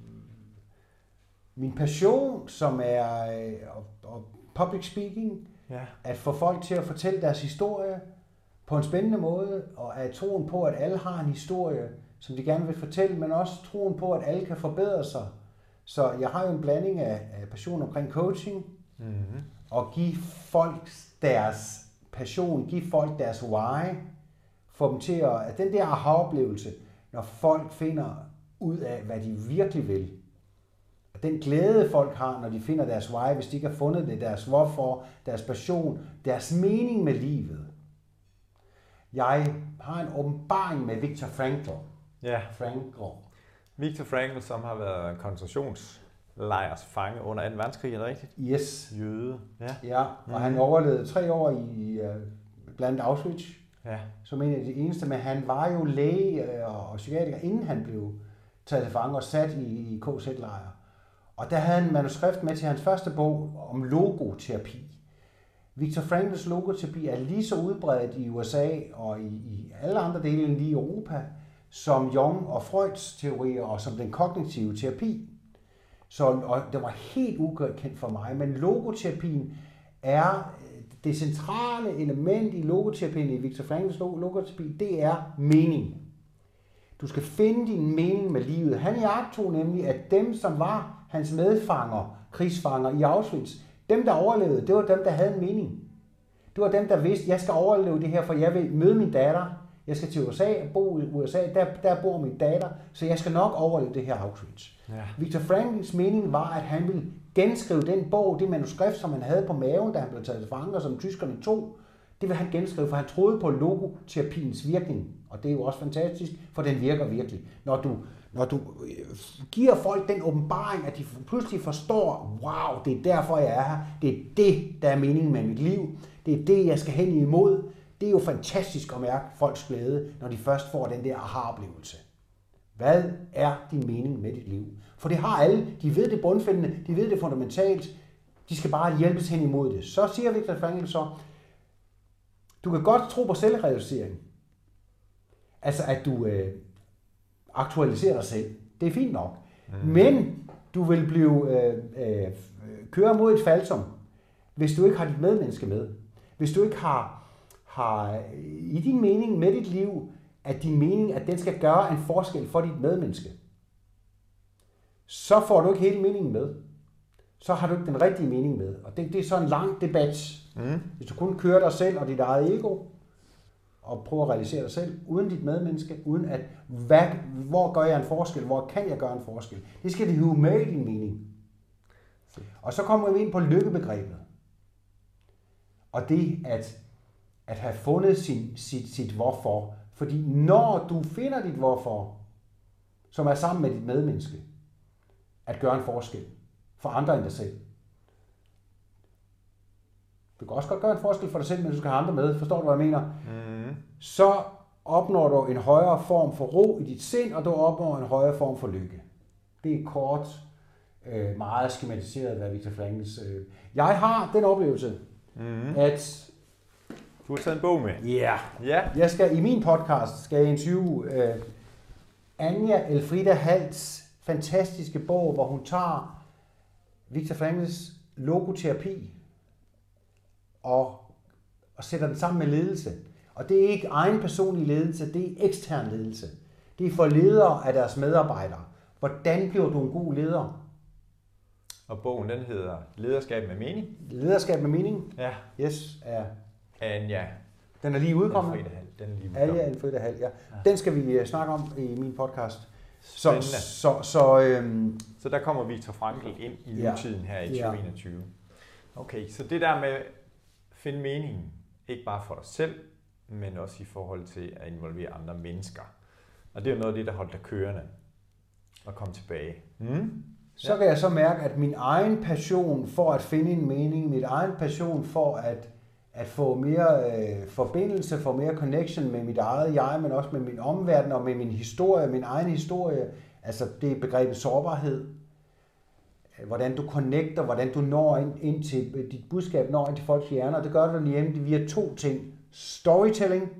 min passion, som er øh, og public speaking, ja. At få folk til at fortælle deres historie på en spændende måde, og at troen på, at alle har en historie, som de gerne vil fortælle, men også troen på, at alle kan forbedre sig. Så jeg har jo en blanding af, af passion omkring coaching, mm-hmm. og give folk deres passion, give folk deres why, få dem til at, at den der aha-oplevelse, når folk finder ud af, hvad de virkelig vil. Og den glæde, folk har, når de finder deres why, hvis de ikke har fundet det, deres hvorfor, deres passion, deres mening med livet. Jeg har en åbenbaring med Viktor Frankl. Ja. Frankl. Viktor Frankl, som har været koncentrationslejrs fange under anden verdenskrig, er det rigtigt? Yes. Jøde. Ja. Ja, og mm. han overlevede tre år i uh, blandt Auschwitz. Ja. Som en af de eneste, men han var jo læge og psykiatriker, inden han blev taget til fange og sat i, i K Z-lejre. Og der havde han manuskript med til hans første bog om logoterapi. Viktor Frankls logoterapi er lige så udbredt i U S A og i, i alle andre dele end lige i Europa, som Jung og Freuds teorier og som den kognitive terapi. Så og det var helt ukendt for mig, men logoterapien er det centrale element i logoterapien, i Viktor Frankls logoterapi, det er mening. Du skal finde din mening med livet. Han iagttog nemlig, at dem, som var hans medfanger, krigsfanger i Auschwitz, dem, der overlevede, det var dem, der havde en mening. Det var dem, der vidste, jeg skal overleve det her, for jeg vil møde min datter. Jeg skal til U S A og bo i U S A, der, der bor min datter, så jeg skal nok overleve det her Auschwitz. Ja. Viktor Frankls mening var, at han ville genskrive den bog, det manuskript, som han havde på maven, da han blev taget til fange, som tyskerne tog. Det vil han genskrive, for han troede på logoterapiens virkning. Og det er jo også fantastisk, for den virker virkelig. Når du, når du giver folk den åbenbaring, at de pludselig forstår, wow, det er derfor, jeg er her. Det er det, der er meningen med mit liv. Det er det, jeg skal hen imod. Det er jo fantastisk at mærke folks glæde, når de først får den der aha-oplevelse. Hvad er din mening med dit liv? For det har alle. De ved det bundfældende, de ved det fundamentalt. De skal bare hjælpes hen imod det. Så siger Viktor Frankl så, du kan godt tro på selvrealisering. Altså at du øh, aktualiserer dig selv. Det er fint nok. Mm. Men du vil blive øh, øh, køre mod et faldsom, hvis du ikke har dit medmenneske med. Hvis du ikke har, har i din mening med dit liv, at din mening, at den skal gøre en forskel for dit medmenneske, så får du ikke hele meningen med. Så har du ikke den rigtige mening med. Og det, det er så en lang debat. Mm. Hvis du kun kører dig selv og dit eget ego, og prøver at realisere dig selv, uden dit medmenneske, uden at, hvad, hvor gør jeg en forskel, hvor kan jeg gøre en forskel. Det skal det hive med i din mening. Og så kommer vi ind på lykkebegrebet. Og det at, at have fundet sin, sit, sit hvorfor. Fordi når du finder dit hvorfor, som er sammen med dit medmenneske, at gøre en forskel for andre end dig selv. Du kan også godt gøre en forskel for dig selv, men du skal have andre med. Forstår du, hvad jeg mener? Mm. Så opnår du en højere form for ro i dit sind, og du opnår en højere form for lykke. Det er kort, øh, meget skematiseret, hvad Viktor Frankls... Øh. Jeg har den oplevelse, mm. at... Du har taget en bog med. Ja. Yeah. Yeah. Jeg skal i min podcast skal jeg interviewe øh, Anja Elfrida Halts fantastiske bog, hvor hun tager Viktor Frankls logoterapi og, og sætter den sammen med ledelse. Og det er ikke egen personlig ledelse, det er ekstern ledelse. Det er for ledere af deres medarbejdere. Hvordan bliver du en god leder? Og bogen, den hedder Lederskab med mening. Lederskab med mening? Ja. Yes, er... Anja. Den er lige udkommet. Elfrida Hall. Den er lige udkommet. Anja Elfrida Hall, ja. ja. Den skal vi snakke om i min podcast. Så, så, så, øhm, så der kommer Viktor Frankl ind i ja, nutiden her i ja. tyve enogtyve. Okay, så det der med at finde meningen, ikke bare for dig selv, men også i forhold til at involvere andre mennesker. Og det er jo noget af det, der holdt dig kørende og komme tilbage. Mm? Så kan jeg så mærke, at min egen passion for at finde en mening, min egen passion for at, at få mere øh, forbindelse, få mere connection med mit eget jeg, men også med min omverden og med min historie, min egen historie, altså det er begrebet sårbarhed. Hvordan du connecter, hvordan du når ind, ind til dit budskab, når ind til folks hjerner. Det gør du hjemme via to ting. Storytelling.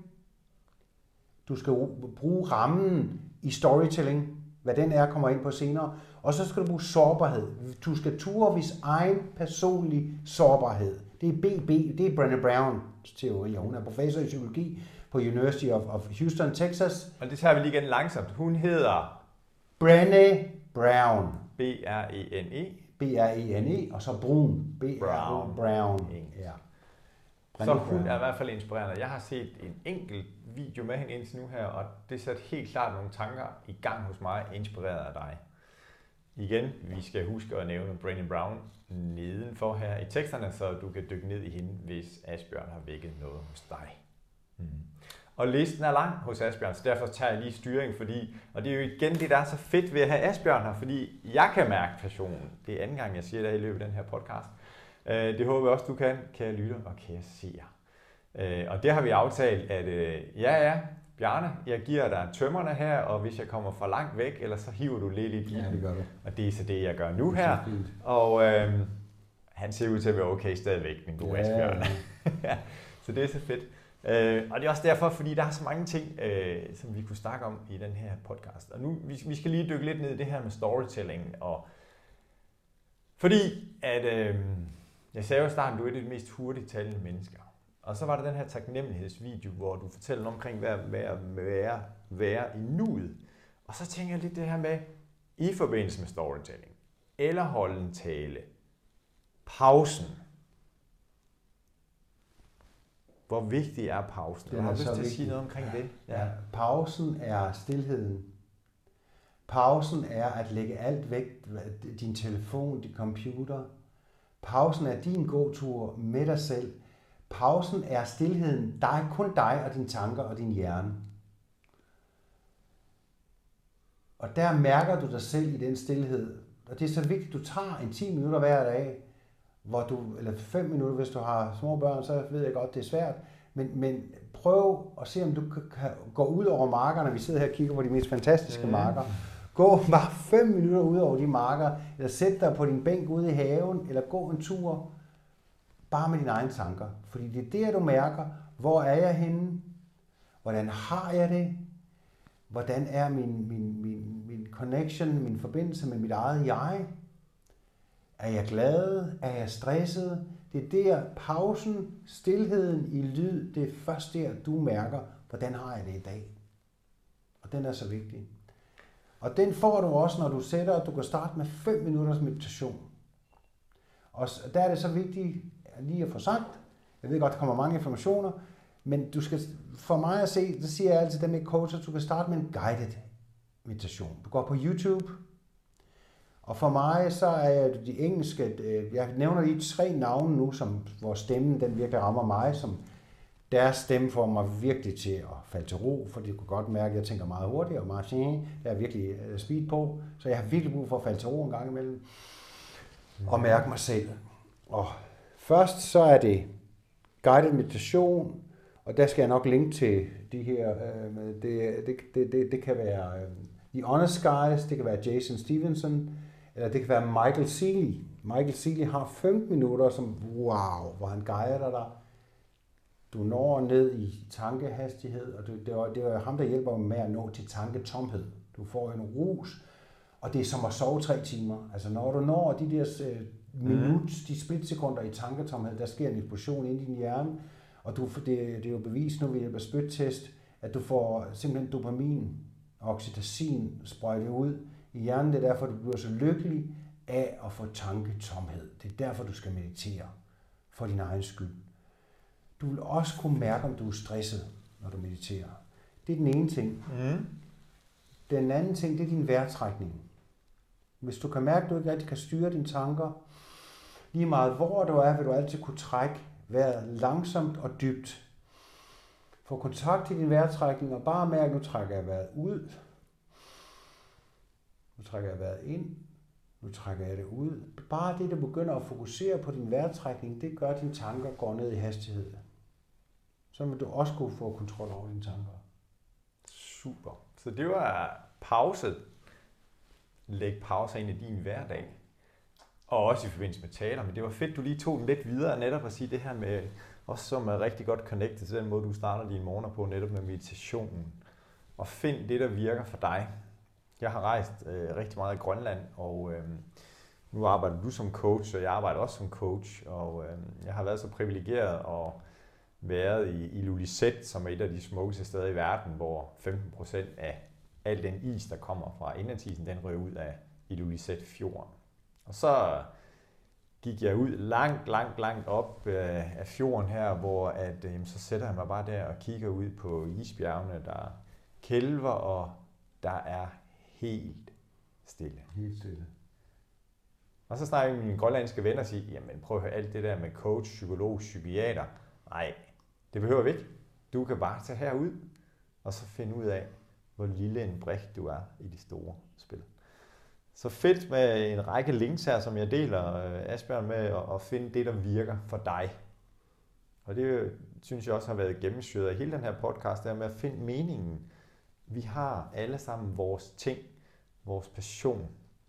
Du skal bruge rammen i storytelling, hvad den er, kommer ind på senere. Og så skal du bruge sårbarhed. Du skal ture vis egen personlig sårbarhed. Det er B B, det er Brené Browns teori. Hun er professor i psykologi på University of, of Houston, Texas. Og det tager vi lige igen langsomt. Hun hedder... Brené Brown. B R E N E. B R E N E, og så Brun. B R O Brown. Ja. Så hun er i hvert fald inspirerende. Jeg har set en enkelt video med hende indtil nu her, og det satte helt klart nogle tanker i gang hos mig, inspireret af dig. Igen, vi skal huske at nævne Brené Brown nedenfor her i teksterne, så du kan dykke ned i hende, hvis Asbjørn har vækket noget hos dig. Mm. Og listen er lang hos Asbjørn, så derfor tager jeg lige styring, fordi, og det er jo igen det, der er så fedt ved at have Asbjørn her, fordi jeg kan mærke passionen. Det er anden gang, jeg siger det i løbet af den her podcast. Det håber jeg også, du kan, kære lytter og kære seere. Og det har vi aftalt, at ja, ja, Bjarne, jeg giver dig tømmerne her, og hvis jeg kommer for langt væk, eller så hiver du lidt i den. Ja, det gør du. Og det er så det, jeg gør nu her. Og øhm, han ser ud til at være okay stadigvæk, min gode ja, Asbjørn. Ja. Så det er så fedt. Øh, og det er også derfor, fordi der er så mange ting, øh, som vi kunne snakke om i den her podcast. Og nu, vi, vi skal lige dykke lidt ned i det her med storytelling. Og fordi, at øh, jeg sagde jo i starten, du er det mest hurtigt talende mennesker. Og så var der den her taknemmelighedsvideo, hvor du fortæller noget omkring, hvad at være, være, være i nuet. Og så tænker jeg lidt det her med, i forbindelse med storytelling, eller holde en tale, pausen. Hvor vigtig er pausen? Jeg har lyst til at sige noget omkring det. Ja. Ja, pausen er stilheden. Pausen er at lægge alt væk, din telefon, din computer. Pausen er din gåtur med dig selv. Pausen er stilheden, dig, kun dig og dine tanker og din hjerne. Og der mærker du dig selv i den stilhed. Og det er så vigtigt, at du tager en ti minutter hver dag, hvor du, eller fem minutter, hvis du har små børn, så ved jeg godt, det er svært. Men, men prøv at se, om du kan gå ud over markerne. Vi sidder her og kigger på de mest fantastiske mm. marker. Gå bare fem minutter ud over de marker, eller sæt dig på din bænk ude i haven, eller gå en tur, bare med dine egne tanker. Fordi det er der, du mærker, hvor er jeg henne? Hvordan har jeg det? Hvordan er min, min, min, min connection, min forbindelse med mit eget jeg? Er jeg glad? Er jeg stresset? Det er der pausen, stilheden i lyd, det er først der, du mærker, hvordan har jeg det i dag? Og den er så vigtig. Og den får du også, når du sætter, at du kan starte med fem minutters meditation. Og der er det så vigtigt lige at få sagt, jeg ved godt, der kommer mange informationer, men du skal, for mig at se, så siger jeg altid dem med coacher, du kan starte med en guided meditation. Du går på YouTube, og for mig så er jeg de engelske, jeg nævner lige tre navne nu, som, hvor stemmen den virkelig rammer mig, som Deres stemme får mig virkelig til at falde til ro, for de kunne godt mærke, at jeg tænker meget hurtigt og meget sådan. Jeg er virkelig speed på, så jeg har virkelig brug for at falde til ro en gang imellem. Og mærke mig selv. Og først så er det guided meditation, og der skal jeg nok linke til de her, øh, det, det, det, det, det kan være øh, The Honest Guys, det kan være Jason Stevenson, eller det kan være Michael Sealey. Michael Sealey har femten minutter, som wow, hvor han guider dig. Du når ned i tankehastighed, og det, det, er, det er ham, der hjælper med at nå til tanketomhed. Du får en rus, og det er som at sove tre timer. Altså når du når de der øh, minut, de splitsekunder i tanketomhed, der sker en eksplosion ind i din hjerne, og du, det, det er jo bevist nu ved hjælp af spyttest, at du får simpelthen dopamin og oxytocin sprøjtet ud i hjernen. Det er derfor, du bliver så lykkelig af at få tanketomhed. Det er derfor, du skal meditere for din egen skyld. Du vil også kunne mærke, om du er stresset, når du mediterer. Det er den ene ting. Mm. Den anden ting, det er din vejrtrækning. Hvis du kan mærke, at du ikke rigtig kan styre dine tanker, lige meget hvor du er, vil du altid kunne trække vejret langsomt og dybt. Få kontakt til din vejrtrækning og bare mærke, at nu trækker jeg vejret ud. Nu trækker jeg vejret ind. Nu trækker jeg det ud. Bare det, du begynder at fokusere på din vejrtrækning, det gør, at dine tanker går ned i hastighed. Så vil du også kunne få kontrol over dine tanker. Super. Så det var pause. Læg pauser ind i din hverdag. Og også i forbindelse med taler. Men det var fedt, du lige tog den lidt videre, netop at sige det her med, også som er rigtig godt connected til den måde, du starter dine morgener på, netop med meditationen. Og find det, der virker for dig. Jeg har rejst øh, rigtig meget i Grønland, og øh, nu arbejder du som coach, og jeg arbejder også som coach. Og øh, jeg har været så privilegeret og været i Ilulissat, som er et af de smukkeste steder i verden, hvor femten procent af al den is, der kommer fra indlandsisen, den rører ud af Ilulissat-fjorden. Og så gik jeg ud langt, langt, langt op af fjorden her, hvor at, øh, så sætter jeg mig bare der og kigger ud på isbjergene, der kælver, og der er helt stille. Helt stille. Og så snakker jeg med mine grønlandske venner og siger, jamen prøv at høre alt det der med coach, psykolog, psykiater. Nej, det behøver vi ikke. Du kan bare tage herud, og så finde ud af, hvor lille en brik du er i de store spil. Så fedt med en række links her, som jeg deler, Asbjørn, med at finde det, der virker for dig. Og det synes jeg også har været gennemsyret af hele den her podcast, der med at finde meningen. Vi har alle sammen vores ting, vores passion.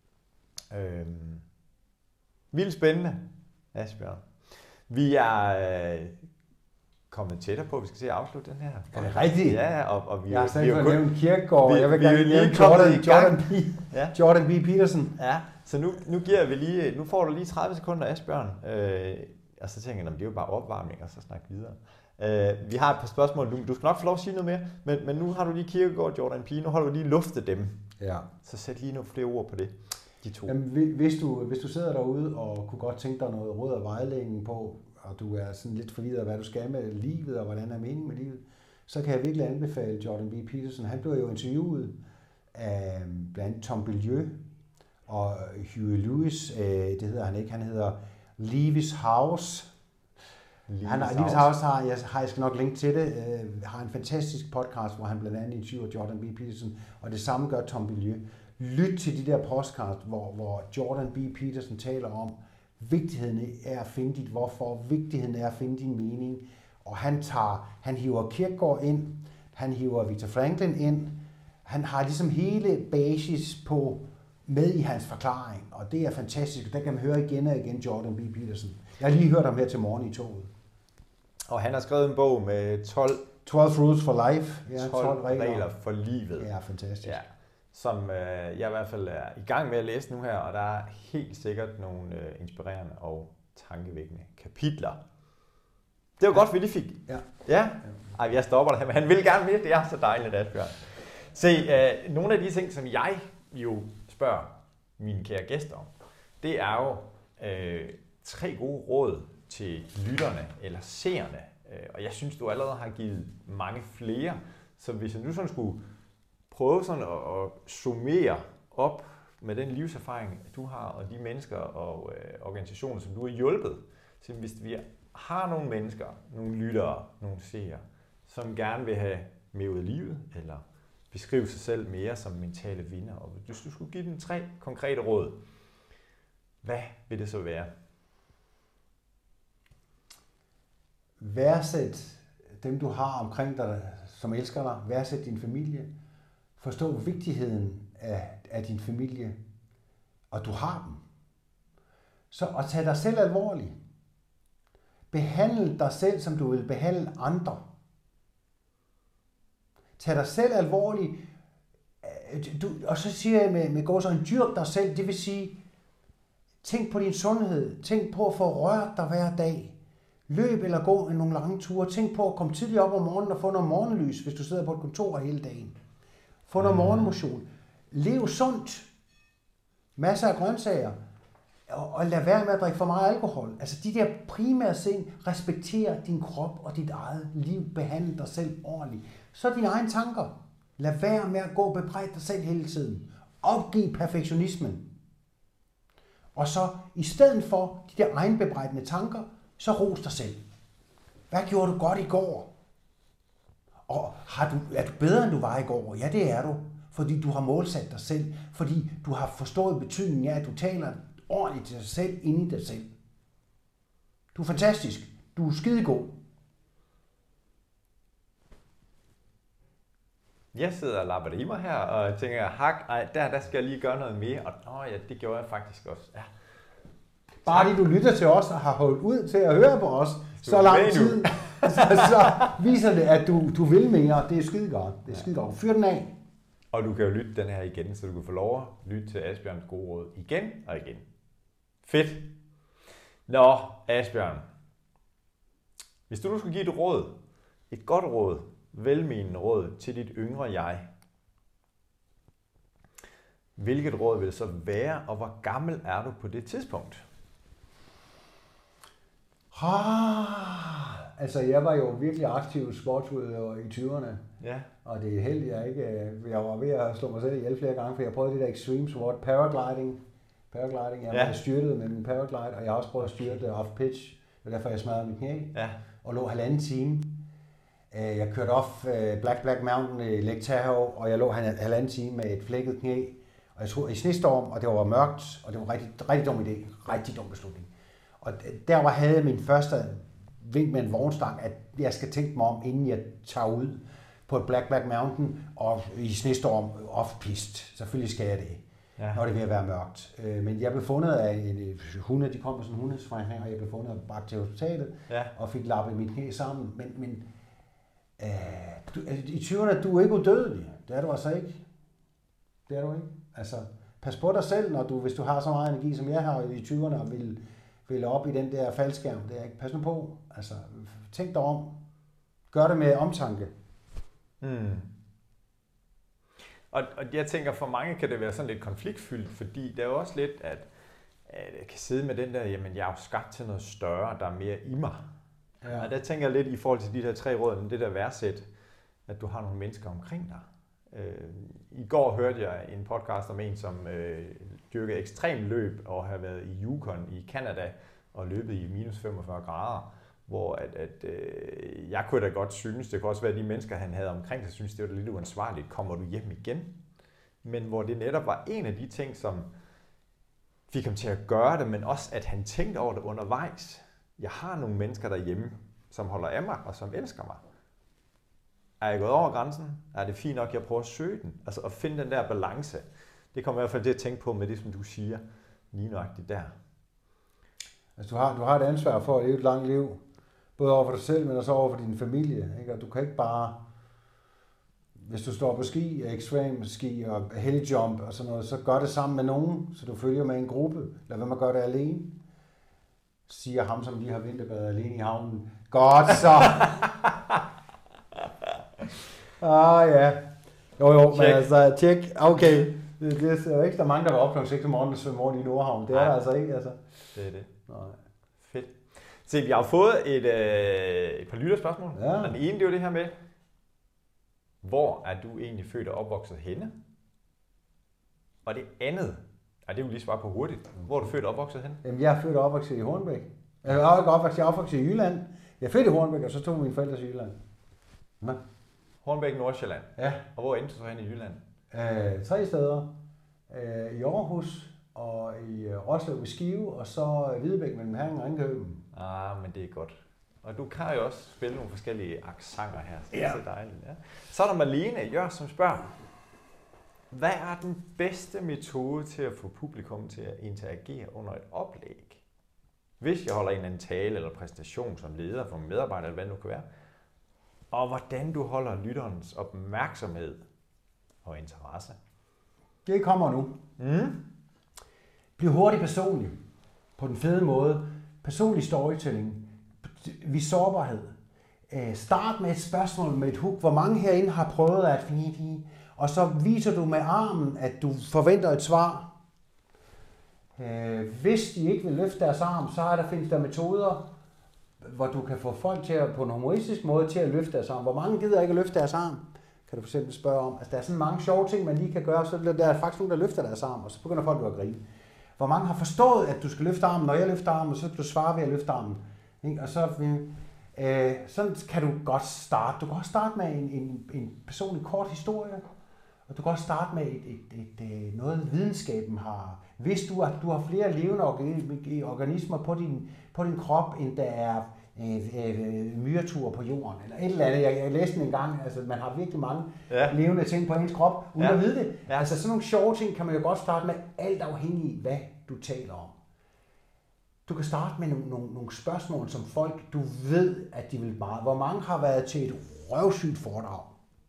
Øhm, vildt spændende, Asbjørn. Vi er øh, kommet tættere på, at vi skal se at afslutte den her. Er det rigtigt? Ja, og, og vi jeg har vi stadig har fået nævnt Kierkegaard, vi, jeg vil vi, gerne vi nævne Jordan, Jordan, B. Ja. Jordan B. Peterson. Ja, så nu, nu giver vi lige, nu får du lige tredive sekunder, Asbjørn. Øh, og så tænker jeg, det er jo bare opvarmning, og så snakke videre. Uh, vi har et par spørgsmål. Du, du skal nok få lov at sige noget mere, men, men nu har du lige Kierkegaard, Jordan P. Nu har du lige luftet dem. Ja. Så sæt lige nogle flere ord på det, de to. Jamen, hvis, du, hvis du sidder derude og kunne godt tænke dig noget råd og vejledning på, og du er sådan lidt forvirret af, hvad du skal med livet, og hvordan er meningen med livet, så kan jeg virkelig anbefale Jordan B. Peterson. Han blev jo interviewet af blandt Tom Bilyeu og Huey Lewis. Det hedder han ikke. Han hedder Lewis Howes. Han har, Lewis Howes har, jeg har jeg skal nok linke til det, øh, har en fantastisk podcast, hvor han blandt andet interviewer Jordan B. Peterson, og det samme gør Tom Bilyeu. Lyt til de der podcast, hvor, hvor Jordan B. Peterson taler om, vigtigheden er at finde dit hvorfor, vigtigheden er at finde din mening, og han tager, han hiver Kierkegaard ind, han hiver Viktor Frankl ind, han har ligesom hele basis på med i hans forklaring, og det er fantastisk, og der kan man høre igen og igen Jordan B. Peterson. Jeg har lige hørt ham her til morgen i toget. Og han har skrevet en bog med tolv, tolv Rules for Life. Ja, tolv, tolv regler. regler for livet. Ja, fantastisk. Ja. Som øh, jeg i hvert fald er i gang med at læse nu her, og der er helt sikkert nogle øh, inspirerende og tankevækkende kapitler. Det var ja. godt, vi lige fik. Ja. Ja? Ej, jeg stopper der, men han vil gerne mere. Det er så dejligt, Asbjørn. Se, øh, nogle af de ting, som jeg jo spørger mine kære gæster om, det er jo øh, tre gode råd til lytterne eller seerne. Og jeg synes, du allerede har givet mange flere. Så hvis jeg nu sådan skulle prøve sådan at, at summere op med den livserfaring, du har, og de mennesker og øh, organisationer, som du har hjulpet, så hvis vi har nogle mennesker, nogle lyttere, nogle seere, som gerne vil have mere ud af livet, eller beskrive sig selv mere som mentale vinder, og hvis du skulle give dem tre konkrete råd, hvad vil det så være? Værdsæt dem, du har omkring dig, som elsker dig. Værdsæt din familie. Forstå vigtigheden af, af din familie, og du har dem. Så og tag dig selv alvorligt. Behandle dig selv, som du vil behandle andre. Tag dig selv alvorligt. Du, og så siger jeg med, med gåsøjne, dyrk dig selv. Det vil sige, tænk på din sundhed. Tænk på at få rørt dig hver dag. Løb eller gå nogle lange ture. Tænk på at komme tidligt op om morgenen og få noget morgenlys, hvis du sidder på et kontor hele dagen. Få noget morgenmotion. Lev sundt. Masser af grøntsager. Og, og lad være med at drikke for meget alkohol. Altså de der primære ting. Respekter din krop og dit eget liv. Behandle dig selv ordentligt. Så dine egne tanker. Lad være med at gå og bebrejde dig selv hele tiden. Opgiv perfektionismen. Og så i stedet for de der egenbebrejdende tanker, så ros dig selv. Hvad gjorde du godt i går? Og har du, er du bedre, end du var i går? Ja, det er du. Fordi du har målsat dig selv. Fordi du har forstået betydningen af, at du taler ordentligt til dig selv, inde i dig selv. Du er fantastisk. Du er skidegod. Jeg sidder og lapper det i mig her, og tænker, hak, ej, der, der skal jeg lige gøre noget mere. Og åh ja, det gjorde jeg faktisk også. Ja. Bare fordi du lytter til os og har holdt ud til at høre på os så lang tid, så, så viser det, at du, du vil mere. Det er skide godt. Det er skide godt. Fyr den af. Og du kan jo lytte den her igen, så du kan få lov at lytte til Asbjørns gode råd igen og igen. Fedt. Nå, Asbjørn. Hvis du nu skulle give et råd, et godt råd, velmenende råd til dit yngre jeg, hvilket råd vil det så være, og hvor gammel er du på det tidspunkt? Ah, altså, jeg var jo virkelig aktiv sportsudøver i tyverne. Ja. Og det er heldigt, jeg ikke... Jeg var ved at slå mig selv ihjel flere gange, for jeg prøvede det der extreme sport, paragliding. Paragliding, jeg ja. var styrtet med min paraglide, og jeg har også prøvet at styrte off-pitch. Det er derfor, jeg smadrede mit knæ. Ja. Og lå halvanden time. Jeg kørte off Black Black Mountain i Lake Tahoe, og jeg lå halvanden time med et flækket knæ. Og jeg tog i snestorm, og det var mørkt, og det var en rigtig, rigtig dum idé. Rigtig dum beslutning. Og der var havde jeg min første vink med en vognstang, at jeg skal tænke mig om, inden jeg tager ud på et Black Black Mountain og i snestorm off-pist. Selvfølgelig skal jeg det, ja. Når det er ved at være mørkt. Men jeg blev fundet af en hunde, de kom med sådan en hundesvejning, og jeg blev fundet og bragt til hospitalet, ja. Og fik lappet mit knæ sammen. Men, men øh, du, i tyverne, du er ikke udødelig. Det er du altså ikke. Det er du ikke. Altså, pas på dig selv, når du, hvis du har så meget energi, som jeg har i tyverne, og vil vil op i den der faldskærm. Det er ikke. Pas nu på. Altså, tænk dig om. Gør det med omtanke. Mm. Og, og jeg tænker, for mange kan det være sådan lidt konfliktfyldt, fordi det er jo også lidt, at, at jeg kan sidde med den der, jamen jeg er jo skabt til noget større, der er mere i mig. Ja. Og der tænker jeg lidt i forhold til de her tre råd, men det der værdsæt, at du har nogle mennesker omkring dig. Øh, I går hørte jeg en podcast om en, som øh, dyrkede ekstrem løb og har været i Yukon i Canada og løbet i minus femogfyrre grader, hvor at, at, øh, jeg kunne da godt synes, det kunne også være de mennesker, han havde omkring sig, synes det var lidt uansvarligt, kommer du hjem igen? Men hvor det netop var en af de ting, som fik ham til at gøre det, men også at han tænkte over det undervejs. Jeg har nogle mennesker derhjemme, som holder af mig og som elsker mig. Er jeg gået over grænsen? Er det fint nok, jeg prøver at søge den? Altså at finde den der balance. Det kommer i hvert fald til at tænke på med det, som du siger, lige nøjagtigt der. Altså du har, du har et ansvar for at leve et langt liv. Både over for dig selv, men også over for din familie. Ikke? Og du kan ikke bare, hvis du står på ski, extreme ski og heli jump og sådan noget, så gør det sammen med nogen, så du følger med en gruppe. Lad være med at gøre det alene. Siger ham, som lige har vinterbadet alene i havnen. Godt så! Ah ja. Jo jo, check. Men altså, tjek. Okay. Det, det er jo ikke så mange, der var op klokken seks om morgenen og svømme rundt i Nordhavn. Det er der altså ikke, altså. Det er det. Nej. Fedt. Se, vi har fået et, øh, et par lytterspørgsmål. Ja. Og den ene, det er jo det her med, hvor er du egentlig født og opvokset henne? Og det andet, og det er jo lige svare på hurtigt. Hvor er du født og opvokset henne? Jamen, jeg er født og opvokset i Hornbæk. Jeg er opvokset, opvokset i Jylland. Jeg er født i Hornbæk, og så tog mine forældre til Jylland. Ja. Hornbæk, Nordsjælland. Ja. Og hvor endte du så hen i Jylland? Øh, tre steder. Øh, I Aarhus, og i Roslev ved Skive, og så Hvidebæk mellem Herning og Ringkøben. Ah, men det er godt. Og du kan jo også spille nogle forskellige accenter her, så det ja. er så dejligt. Ja. Så er der Marlene Jørs, som spørger, hvad er den bedste metode til at få publikum til at interagere under et oplæg? Hvis jeg holder en eller anden tale eller præsentation som leder for medarbejdere, eller hvad det nu kan være. Og hvordan du holder lytterens opmærksomhed og interesse. Det kommer nu. Mm. Bliv hurtigt personlig. På den fede måde. Personlig storytelling. Vis sårbarhed. Start med et spørgsmål med et hook. Hvor mange herinde har prøvet at... Og så viser du med armen, at du forventer et svar. Hvis de ikke vil løfte deres arm, så er der, findes der metoder, hvor du kan få folk til at, på en humoristisk måde til at løfte deres arm. Hvor mange gider ikke at løfte deres arm? Kan du for eksempel spørge om. Altså, der er sådan mange sjove ting, man lige kan gøre, så der er faktisk nogen, der løfter deres arm, og så begynder folk at grine. Hvor mange har forstået, at du skal løfte armen, når jeg løfter armen, så kan du svare ved at løfte armen. Ikke? Og så, øh, sådan kan du godt starte. Du kan også starte med en, en, en personlig kort historie, og du kan også starte med et, et, et, et, noget, videnskaben har. Hvis du, at du har flere levende organismer på din, på din krop, end der er øh, øh, myreture på jorden, eller et eller andet. Jeg, jeg læste den en gang, altså man har virkelig mange ja. levende ting på ens krop, uden ja. at vide det. Ja. Altså sådan nogle sjove ting kan man jo godt starte med, alt afhængig af, hvad du taler om. Du kan starte med nogle, nogle, nogle spørgsmål, som folk, du ved, at de vil meget. Hvor mange har været til et røvsygt foredrag?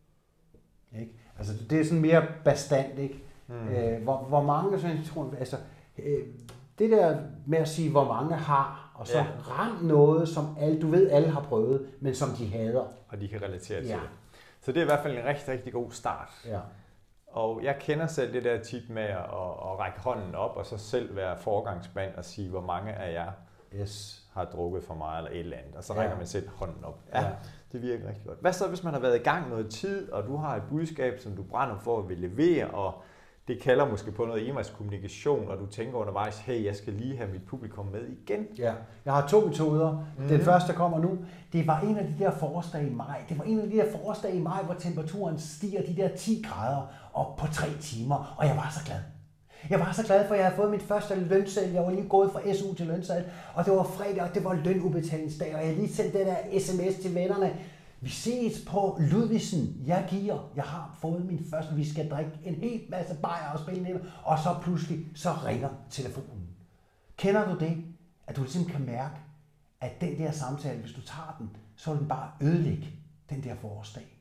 Ikke? Altså det er sådan mere bastant, ikke? Mm. Øh, hvor, hvor mange, sådan, altså, øh, det der med at sige, hvor mange har, og så ja. ram noget, som alle, du ved, alle har prøvet, men som de hader. Og de kan relatere ja. til det. Så det er i hvert fald en rigtig, rigtig god start. Ja. Og jeg kender selv det der tit med at, at række hånden op, og så selv være forgangsmand og sige, hvor mange af jer yes. har drukket for meget eller et eller andet. Og så rækker ja. man selv hånden op. Ja, ja. Det virker rigtig godt. Hvad så, hvis man har været i gang noget tid, og du har et budskab, som du brænder for at vil levere, og det kalder måske på noget e-mailskommunikation, og du tænker undervejs, hey, jeg skal lige have mit publikum med igen. Ja, jeg har to metoder. Mm-hmm. Den første, der kommer nu, det var en af de der forårsdage i maj. Det var en af de der forårsdage i maj, hvor temperaturen stiger de der ti grader op på tre timer, og jeg var så glad. Jeg var så glad for, at jeg havde fået min første lønseddel. Jeg var lige gået fra S U til lønseddel, og det var fredag, og det var lønudbetalingsdag, og jeg havde lige sendt den der sms til vennerne. Vi ses på Ludvigsen. Jeg giver. Jeg har fået min første. Vi skal drikke en hel masse bajer og spille ned. Og så pludselig, så ringer telefonen. Kender du det? At du ligesom kan mærke, at den der samtale, hvis du tager den, så vil den bare ødelægge den der forårsdag.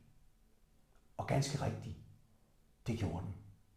Og ganske rigtigt, det gjorde den.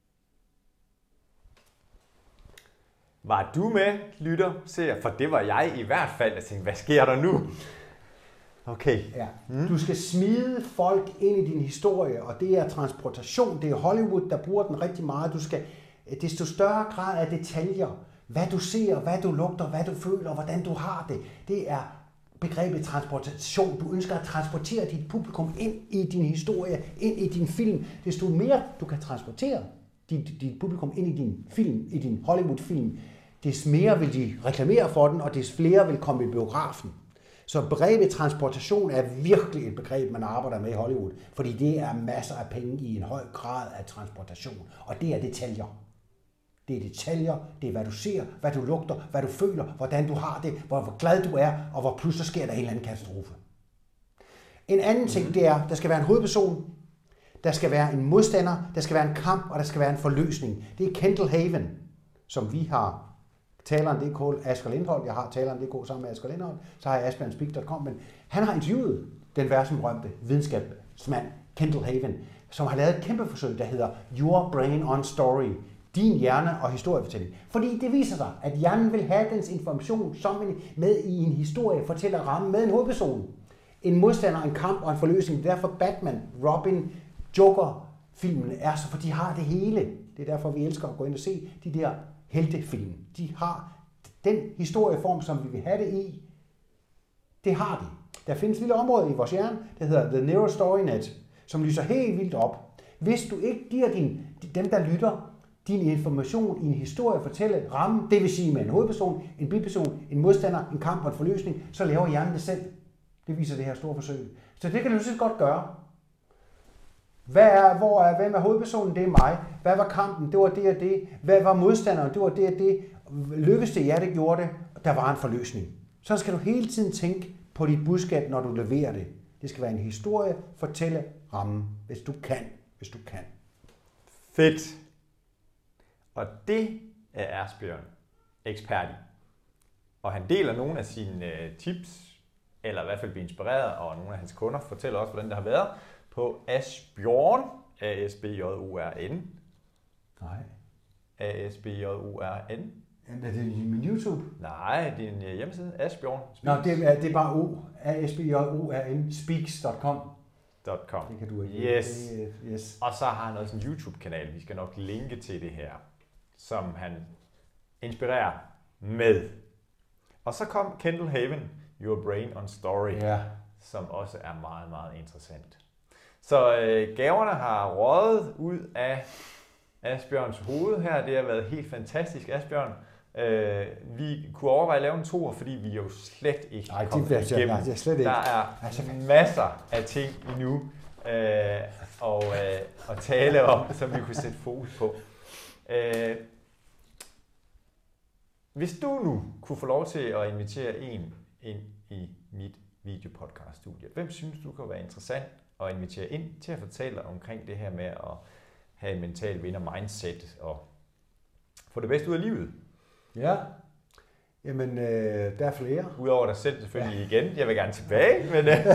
Var du med, lytter, ser? For det var jeg i hvert fald. Jeg tænkte, hvad sker der nu? Okay. Ja. Mm. Du skal smide folk ind i din historie, og det er transportation. Det er Hollywood, der bruger den rigtig meget. Du skal, desto større grad af detaljer, hvad du ser, hvad du lugter, hvad du føler, hvordan du har det. Det er begrebet transportation. Du ønsker at transportere dit publikum ind i din historie, ind i din film. Desto mere du kan transportere dit, dit publikum ind i din film, i din Hollywood-film, des mere vil de reklamere for den, og des flere vil komme i biografen. Så begrebet transportation er virkelig et begreb, man arbejder med i Hollywood, fordi det er masser af penge i en høj grad af transportation, og det er detaljer. Det er detaljer, det er hvad du ser, hvad du lugter, hvad du føler, hvordan du har det, hvor, hvor glad du er, og hvor pludselig sker der en eller anden katastrofe. En anden ting, det er, der skal være en hovedperson, der skal være en modstander, der skal være en kamp, og der skal være en forløsning. Det er Kendall Haven, som vi har taleren punktum d k, Asger Lindholm, jeg har taleren punktum d k sammen med Asger Lindholm, så har jeg asbjørnspeak punktum com, men han har interviewet den verdensberømte videnskabsmand Kendall Haven, som har lavet et kæmpe forsøg, der hedder Your Brain on Story, din hjerne og historiefortælling. Fordi det viser sig, at hjernen vil have dens information som med i en historie, fortæller ramme med en hovedperson. En modstander, en kamp og en forløsning. Det er derfor Batman, Robin, Joker-filmen er så, for de har det hele. Det er derfor, vi elsker at gå ind og se de der heltefilm. De har den historieform, som vi vil have det i. Det har de. Der findes et lille område i vores hjerne, der hedder The Neural Story Net, som lyser helt vildt op. Hvis du ikke giver din, dem, der lytter, din information i en historie, fortælle, ramme, det vil sige med en hovedperson, en biperson, en modstander, en kamp og en forløsning, så laver hjernen det selv. Det viser det her store forsøg. Så det kan du så godt gøre. Hvad er, hvor er, hvem er hovedpersonen? Det er mig. Hvad var kampen? Det var det og det. Hvad var modstanderen? Det var det og det. Lykkedes det? Ja, det gjorde det. Der var en forløsning. Så skal du hele tiden tænke på dit budskab, når du leverer det. Det skal være en historie, fortælle, ramme, hvis du kan. Hvis du kan. Fedt. Og det er Asbjørn ekspert i. Og han deler nogle af sine tips, eller i hvert fald bliver inspireret, og nogle af hans kunder fortæller også, hvordan det har været, på Asbjørn, A S B J O R N. Nej. A S B J O R N. Jamen, er det min YouTube? Nej, det er en hjemmeside. Asbjørn. Nå, det er, det er bare O. A S B J O R N. Speaks punktum com. .com. Det kan du ikke. Yes. Det, yes. Og så har han også en YouTube-kanal. Vi skal nok linke til det her, som han inspirerer med. Og så kom Kendall Haven, Your Brain on Story, Ja. som også er meget, meget interessant. Så øh, gaverne har røget ud af Asbjørns hoved her. Det har været helt fantastisk, Asbjørn. Øh, vi kunne overveje at lave en toer, fordi vi jo slet ikke Nej, kommet det bliver igennem. nej, det er slet ikke. Der er Altså, masser af ting endnu øh, og, øh, at tale om, som vi kunne sætte fokus på. Øh, hvis du nu kunne få lov til at invitere en ind i mit videopodcast-studie, hvem synes du kan være interessant at invitere ind til at fortælle omkring det her med at have en mental vinder-mindset og få det bedste ud af livet? Ja. Jamen, øh, der er flere. Udover dig selv selvfølgelig ja. igen. Jeg vil gerne tilbage, men... Øh.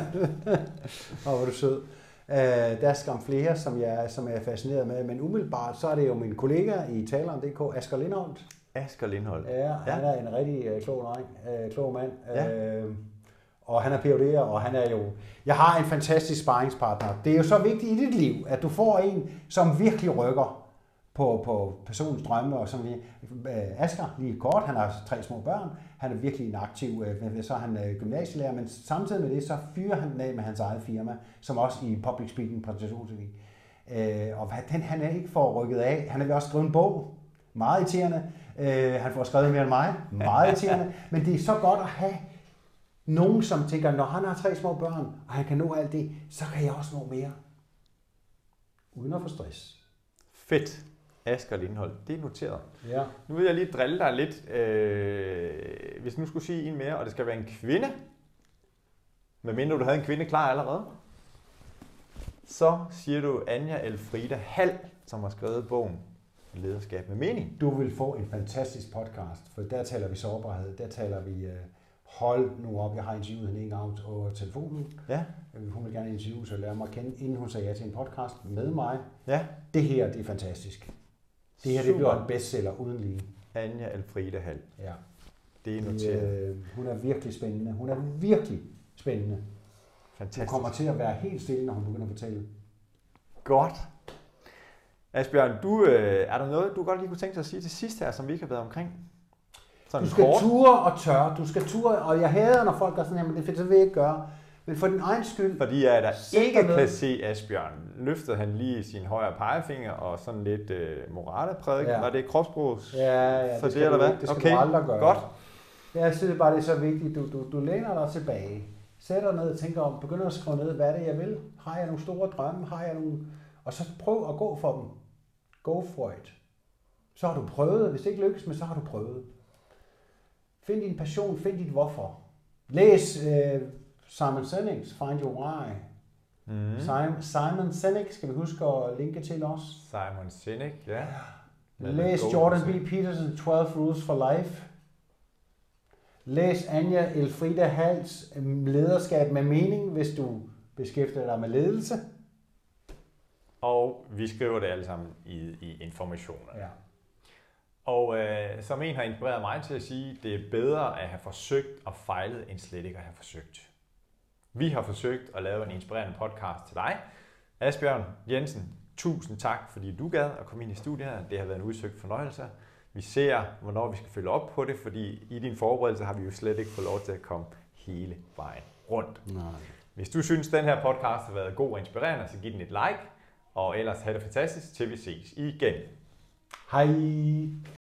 Åh, hvor er du sød. Øh, der er skam flere, som jeg, som jeg er fascineret med, men umiddelbart så er det jo min kollega i taleren punktum d k, Asger Lindholt. Asger Lindholt. Ja, han ja. er en rigtig øh, klog dreng, øh, klog mand. Ja. Øh, og han er P H D'er, og han er jo... Jeg har en fantastisk sparringspartner. Det er jo så vigtigt i dit liv, at du får en, som virkelig rykker på, på personens drømme, og som vi, øh, Asger, lige kort, han har tre små børn, han er virkelig en aktiv, øh, så er han øh, gymnasielærer, men samtidig med det, så fyrer han den af med hans eget firma, som også i public speaking, præsentationsteknik. Øh, og den han er ikke for rykket af, han har også skrevet en bog, meget irriterende, øh, han får skrevet mere end mig, meget irriterende, men det er så godt at have nogen, som tænker, når han har tre små børn, og han kan nå alt det, så kan jeg også nå mere, uden at få stress. Fedt. Asger Lindholt, det er noteret. Ja. Nu vil jeg lige drille dig lidt. Øh, hvis nu skulle sige en mere, og det skal være en kvinde, medmindre du havde en kvinde klar allerede, så siger du Anja Elfrida Hald, som har skrevet bogen Lederskab med mening. Du vil få en fantastisk podcast, for der taler vi sårbarhed, der taler vi, uh, hold nu op, jeg har interviewet hende en gang over telefonen. Ja. Hun vil gerne interviewe, så lære mig at kende, inden hun sagde ja til en podcast med mig. Ja. Det her, det er fantastisk. Det her, det bliver en bestseller uden lige. Anja Elfrida Hald. Ja. Det er noteret. Øh, hun er virkelig spændende. Hun er virkelig spændende. Fantastisk. Hun kommer til at være helt stille, når hun begynder at fortælle. Godt. Asbjørn, du, øh, er der noget, du godt lige kunne tænke dig at sige til sidst her, som vi ikke har været omkring? Sådan du skal kort. ture og tørre. Du skal ture, og jeg hader, når folk gør sådan her, men det, det vil jeg ikke gøre. Men for din egen skyld... Fordi jeg der ikke kan se Asbjørn, løftede han lige sin højre pegefinger og sådan lidt øh, moraleprædik. Ja. Var det kropsprogs? Ja, ja, det for skal, det, eller hvad? Du, det skal okay. du aldrig gøre. Godt. Jeg synes bare, det er så vigtigt. Du, du, du læner dig tilbage. Sætter ned og tænker om, begynder at skrive ned, hvad er det, jeg vil? Har jeg nogle store drømme? Har jeg nogle... Og så prøv at gå for dem. Go for it. Så har du prøvet. Hvis det ikke lykkes, men så har du prøvet. Find din passion. Find dit hvorfor. Læs øh, Simon Sinek's Find Your Why. Mm. Simon, Simon Sinek skal vi huske at linke til os. Simon Sinek, ja. Læs Jordan B. Peterson twelve Rules for Life. Læs Anja Elfrida Halds Lederskab med mening, hvis du beskæftiger dig med ledelse. Og vi skriver det alle sammen i, i informationer. Ja. Og øh, som en har inspireret mig til at sige, det er bedre at have forsøgt og fejlet, end slet ikke at have forsøgt. Vi har forsøgt at lave en inspirerende podcast til dig. Asbjørn Jensen, tusind tak, fordi du gad at komme ind i studiet her. Det har været en udsøgt fornøjelse. Vi ser, hvornår vi skal følge op på det, fordi i din forberedelse har vi jo slet ikke fået lov til at komme hele vejen rundt. Nej. Hvis du synes, den her podcast har været god og inspirerende, så giv den et like, og ellers have det fantastisk, til vi ses igen. Hej.